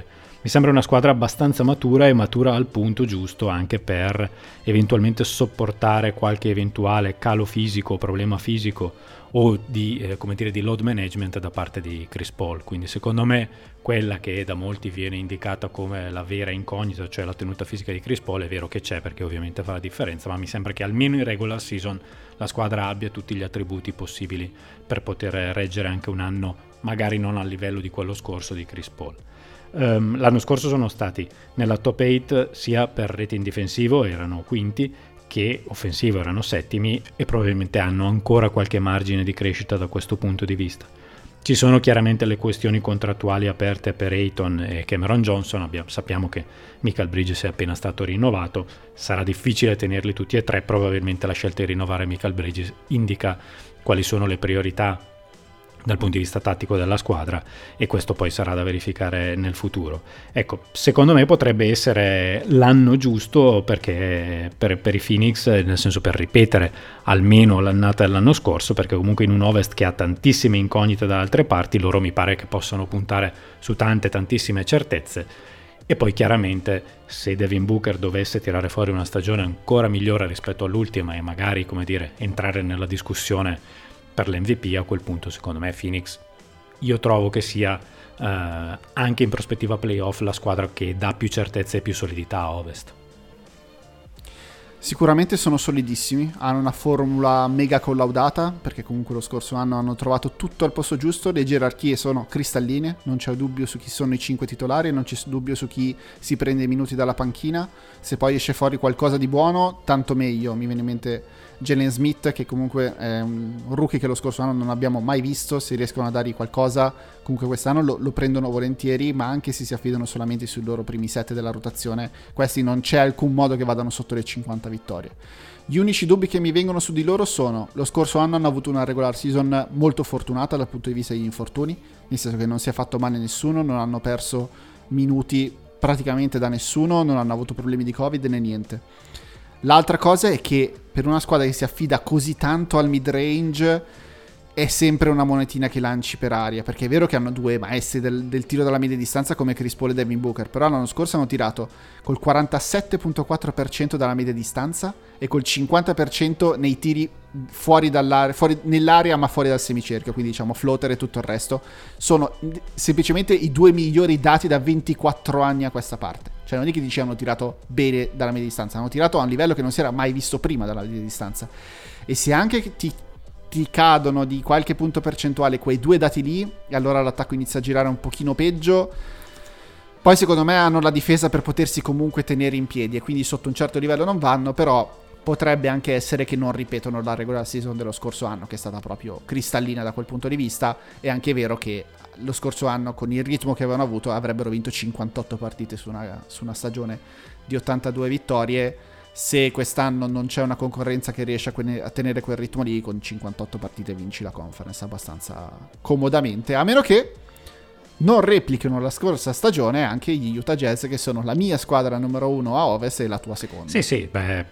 mi sembra una squadra abbastanza matura e matura al punto giusto anche per eventualmente sopportare qualche eventuale calo fisico, problema fisico o di load management da parte di Chris Paul. Quindi secondo me quella che da molti viene indicata come la vera incognita, cioè la tenuta fisica di Chris Paul, è vero che c'è, perché ovviamente fa la differenza, ma mi sembra che almeno in regular season la squadra abbia tutti gli attributi possibili per poter reggere anche un anno magari non al livello di quello scorso di Chris Paul. L'anno scorso sono stati nella top 8 sia per rating difensivo, erano quinti, che offensivo erano settimi, e probabilmente hanno ancora qualche margine di crescita da questo punto di vista. Ci sono chiaramente le questioni contrattuali aperte per Ayton e Cameron Johnson. Sappiamo che Mikal Bridges è appena stato rinnovato, sarà difficile tenerli tutti e tre, probabilmente la scelta di rinnovare Mikal Bridges indica quali sono le priorità dal punto di vista tattico della squadra, e questo poi sarà da verificare nel futuro. Ecco, secondo me potrebbe essere l'anno giusto perché per i Phoenix, nel senso per ripetere almeno l'annata dell'anno scorso, perché comunque in un Ovest che ha tantissime incognite da altre parti, loro mi pare che possano puntare su tantissime certezze. E poi chiaramente se Devin Booker dovesse tirare fuori una stagione ancora migliore rispetto all'ultima e magari, come dire, entrare nella discussione per l'MVP, a quel punto secondo me Phoenix, io trovo che sia anche in prospettiva playoff la squadra che dà più certezza e più solidità a Ovest. Sicuramente sono solidissimi, hanno una formula mega collaudata, perché comunque lo scorso anno hanno trovato tutto al posto giusto, le gerarchie sono cristalline, non c'è dubbio su chi sono i 5 titolari, non c'è dubbio su chi si prende i minuti dalla panchina. Se poi esce fuori qualcosa di buono, tanto meglio. Mi viene in mente Jalen Smith, che comunque è un rookie che lo scorso anno non abbiamo mai visto. Se riescono a dargli qualcosa, comunque quest'anno lo prendono volentieri, ma anche se si affidano solamente sui loro primi set della rotazione, questi non c'è alcun modo che vadano sotto le 50 vittorie. Gli unici dubbi che mi vengono su di loro sono: lo scorso anno hanno avuto una regular season molto fortunata dal punto di vista degli infortuni, nel senso che non si è fatto male nessuno, non hanno perso minuti praticamente da nessuno, non hanno avuto problemi di Covid né niente. L'altra cosa è che per una squadra che si affida così tanto al mid-range è sempre una monetina che lanci per aria, perché è vero che hanno due maestri del tiro dalla media distanza come Chris Paul e Devin Booker, però l'anno scorso hanno tirato col 47.4% dalla media distanza e col 50% nei tiri fuori nell'area ma fuori dal semicerchio, quindi diciamo floater e tutto il resto. Sono semplicemente i due migliori dati da 24 anni a questa parte. Cioè non è che dici hanno tirato bene dalla media distanza, hanno tirato a un livello che non si era mai visto prima dalla media distanza. E se anche ti cadono di qualche punto percentuale quei due dati lì, e allora l'attacco inizia a girare un pochino peggio. Poi secondo me hanno la difesa per potersi comunque tenere in piedi, e quindi sotto un certo livello non vanno, però potrebbe anche essere che non ripetono la regular season dello scorso anno, che è stata proprio cristallina da quel punto di vista. È anche vero che lo scorso anno, con il ritmo che avevano avuto, avrebbero vinto 58 partite su una stagione di 82 vittorie. Se quest'anno non c'è una concorrenza che riesce a tenere quel ritmo lì, con 58 partite vinci la conference abbastanza comodamente, a meno che non replichino la scorsa stagione anche gli Utah Jazz, che sono la mia squadra numero 1 a Ovest e la tua seconda. Sì,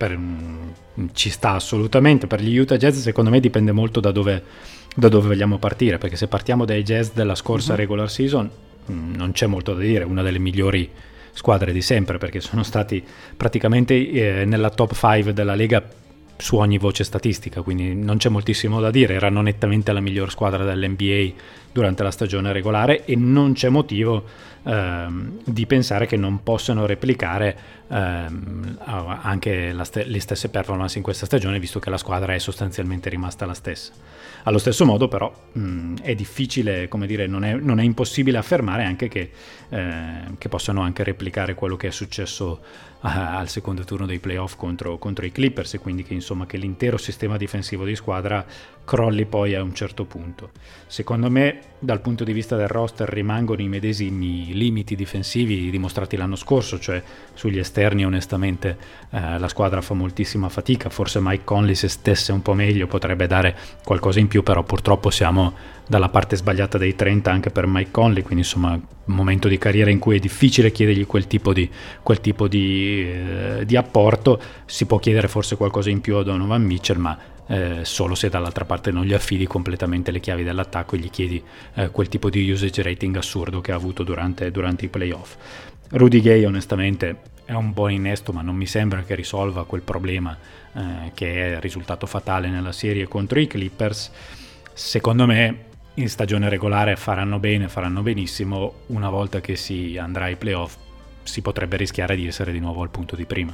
ci sta assolutamente. Per gli Utah Jazz secondo me dipende molto da dove vogliamo partire, perché se partiamo dai Jazz della scorsa regular season non c'è molto da dire, una delle migliori squadre di sempre, perché sono stati praticamente nella top 5 della Lega su ogni voce statistica, quindi non c'è moltissimo da dire. Erano nettamente la miglior squadra dell'NBA durante la stagione regolare e non c'è motivo di pensare che non possano replicare anche le stesse performance in questa stagione, visto che la squadra è sostanzialmente rimasta la stessa. Allo stesso modo però è difficile, come dire, non è impossibile affermare anche che possano anche replicare quello che è successo al secondo turno dei playoff contro i Clippers, e quindi che insomma che l'intero sistema difensivo di squadra crolli poi a un certo punto. Secondo me dal punto di vista del roster rimangono i medesimi limiti difensivi dimostrati l'anno scorso, cioè sugli esterni onestamente la squadra fa moltissima fatica. Forse Mike Conley, se stesse un po' meglio, potrebbe dare qualcosa in più, però purtroppo siamo dalla parte sbagliata dei 30 anche per Mike Conley, quindi insomma un momento di carriera in cui è difficile chiedergli quel tipo di apporto. Si può chiedere forse qualcosa in più a Donovan Mitchell, ma solo se dall'altra parte non gli affidi completamente le chiavi dell'attacco e gli chiedi quel tipo di usage rating assurdo che ha avuto durante i playoff. Rudy Gay onestamente è un buon innesto, ma non mi sembra che risolva quel problema che è risultato fatale nella serie contro i Clippers. Secondo me in stagione regolare faranno benissimo. Una volta che si andrà ai playoff si potrebbe rischiare di essere di nuovo al punto di prima.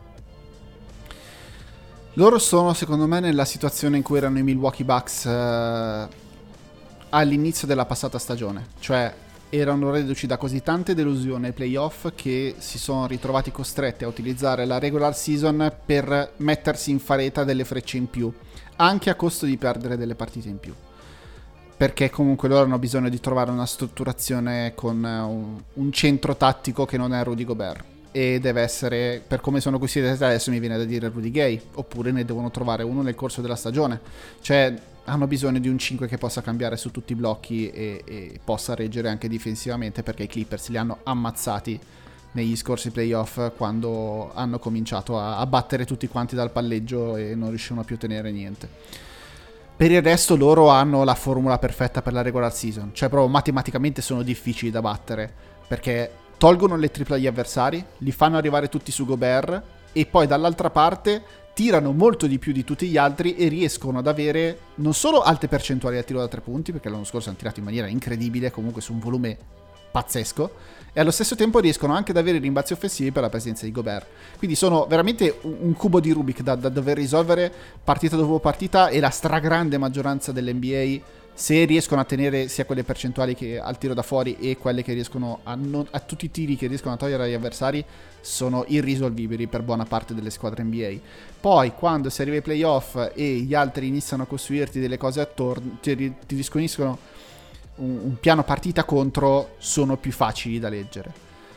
Loro sono secondo me nella situazione in cui erano i Milwaukee Bucks all'inizio della passata stagione, cioè erano reduci da così tante delusioni ai playoff che si sono ritrovati costretti a utilizzare la regular season per mettersi in fareta delle frecce in più, anche a costo di perdere delle partite in più, perché comunque loro hanno bisogno di trovare una strutturazione con un centro tattico che non è Rudy Gobert, e deve essere, per come sono costruiti adesso, mi viene da dire Rudy Gay, oppure ne devono trovare uno nel corso della stagione. Cioè hanno bisogno di un 5 che possa cambiare su tutti i blocchi e possa reggere anche difensivamente, perché i Clippers li hanno ammazzati negli scorsi playoff quando hanno cominciato a battere tutti quanti dal palleggio e non riuscivano più a ottenere niente. Per il resto loro hanno la formula perfetta per la regular season, cioè proprio matematicamente sono difficili da battere, perché tolgono le triple agli avversari, li fanno arrivare tutti su Gobert e poi dall'altra parte tirano molto di più di tutti gli altri e riescono ad avere non solo alte percentuali a tiro da 3 punti, perché l'anno scorso hanno tirato in maniera incredibile, comunque su un volume pazzesco, e allo stesso tempo riescono anche ad avere rimbalzi offensivi per la presenza di Gobert. Quindi sono veramente un cubo di Rubik da dover risolvere partita dopo partita, e la stragrande maggioranza dell'NBA, se riescono a tenere sia quelle percentuali che al tiro da fuori e quelle che riescono a tutti i tiri che riescono a togliere agli avversari, sono irrisolvibili per buona parte delle squadre NBA. Poi quando si arriva ai playoff e gli altri iniziano a costruirti delle cose attorno, ti disconoscono un piano partita contro, sono più facili da leggere.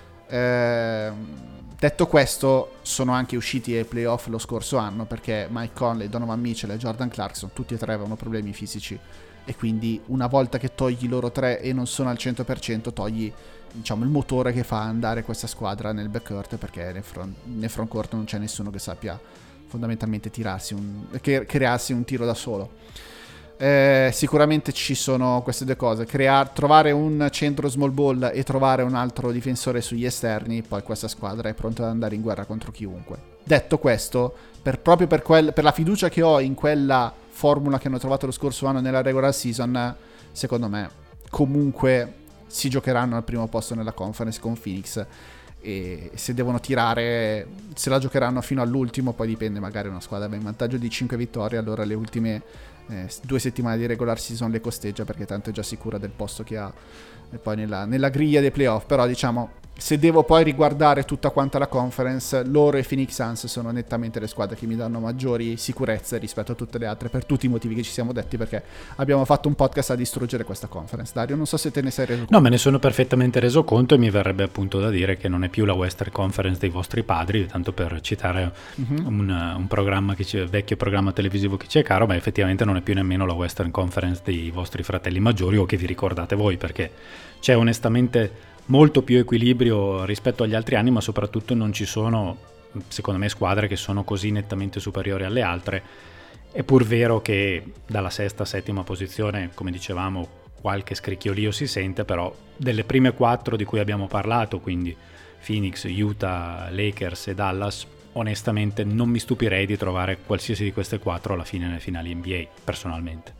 Detto questo, sono anche usciti ai playoff lo scorso anno perché Mike Conley, Donovan Mitchell e Jordan Clarkson tutti e tre avevano problemi fisici, e quindi una volta che togli loro tre e non sono al 100%, togli, diciamo, il motore che fa andare questa squadra nel backcourt, perché nel frontcourt non c'è nessuno che sappia fondamentalmente crearsi un tiro da solo. Sicuramente ci sono queste due cose: trovare un centro small ball e trovare un altro difensore sugli esterni. Poi questa squadra è pronta ad andare in guerra contro chiunque. Detto questo, proprio per la fiducia che ho in quella formula che hanno trovato lo scorso anno nella regular season, secondo me comunque si giocheranno al primo posto nella conference con Phoenix, e se devono tirare se la giocheranno fino all'ultimo. Poi dipende, magari una squadra va in vantaggio di 5 vittorie, allora le ultime 2 settimane di regular season le costeggia, perché tanto è già sicura del posto che ha poi nella griglia dei playoff. Però diciamo, se devo poi riguardare tutta quanta la conference, loro e Phoenix Suns sono nettamente le squadre che mi danno maggiori sicurezze rispetto a tutte le altre, per tutti i motivi che ci siamo detti, perché abbiamo fatto un podcast a distruggere questa conference. Dario, non so se te ne sei reso conto. No, me ne sono perfettamente reso conto, e mi verrebbe appunto da dire che non è più la Western Conference dei vostri padri, tanto per citare un programma vecchio programma televisivo che ci è caro, ma effettivamente non è più nemmeno la Western Conference dei vostri fratelli maggiori, o che vi ricordate voi, perché c'è onestamente molto più equilibrio rispetto agli altri anni, ma soprattutto non ci sono, secondo me, squadre che sono così nettamente superiori alle altre. È pur vero che dalla sesta, settima posizione, come dicevamo, qualche scricchiolio si sente, però delle prime 4 di cui abbiamo parlato, quindi Phoenix, Utah, Lakers e Dallas, onestamente non mi stupirei di trovare qualsiasi di queste 4 alla fine nelle finali NBA, personalmente.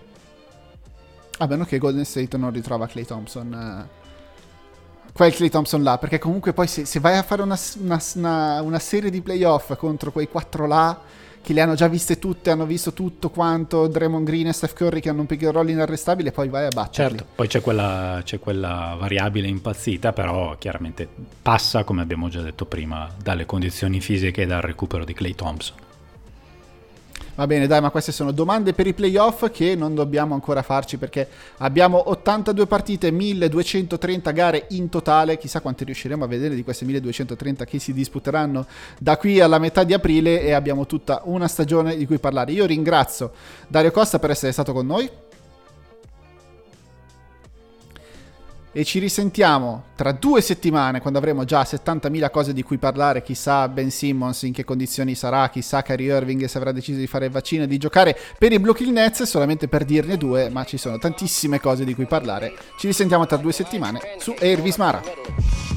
A meno che Golden State non ritrova Klay Thompson, quel Klay Thompson là, perché comunque poi se vai a fare una serie di playoff contro quei 4 là che le hanno già viste tutte, hanno visto tutto quanto, Draymond Green e Steph Curry che hanno un pick and roll inarrestabile, poi vai a batterli. Certo, poi c'è quella variabile impazzita, però chiaramente passa, come abbiamo già detto prima, dalle condizioni fisiche e dal recupero di Klay Thompson. Va bene, dai, ma queste sono domande per i playoff che non dobbiamo ancora farci, perché abbiamo 82 partite, 1230 gare in totale. Chissà quante riusciremo a vedere di queste 1230 che si disputeranno da qui alla metà di aprile, e abbiamo tutta una stagione di cui parlare. Io ringrazio Dario Costa per essere stato con noi. e ci risentiamo tra 2 settimane quando avremo già 70.000 cose di cui parlare. Chissà Ben Simmons in che condizioni sarà, chissà Kyrie Irving se avrà deciso di fare il vaccino e di giocare per i Brooklyn Nets, solamente per dirne 2, ma ci sono tantissime cose di cui parlare. Ci risentiamo tra 2 settimane su Air Vismara.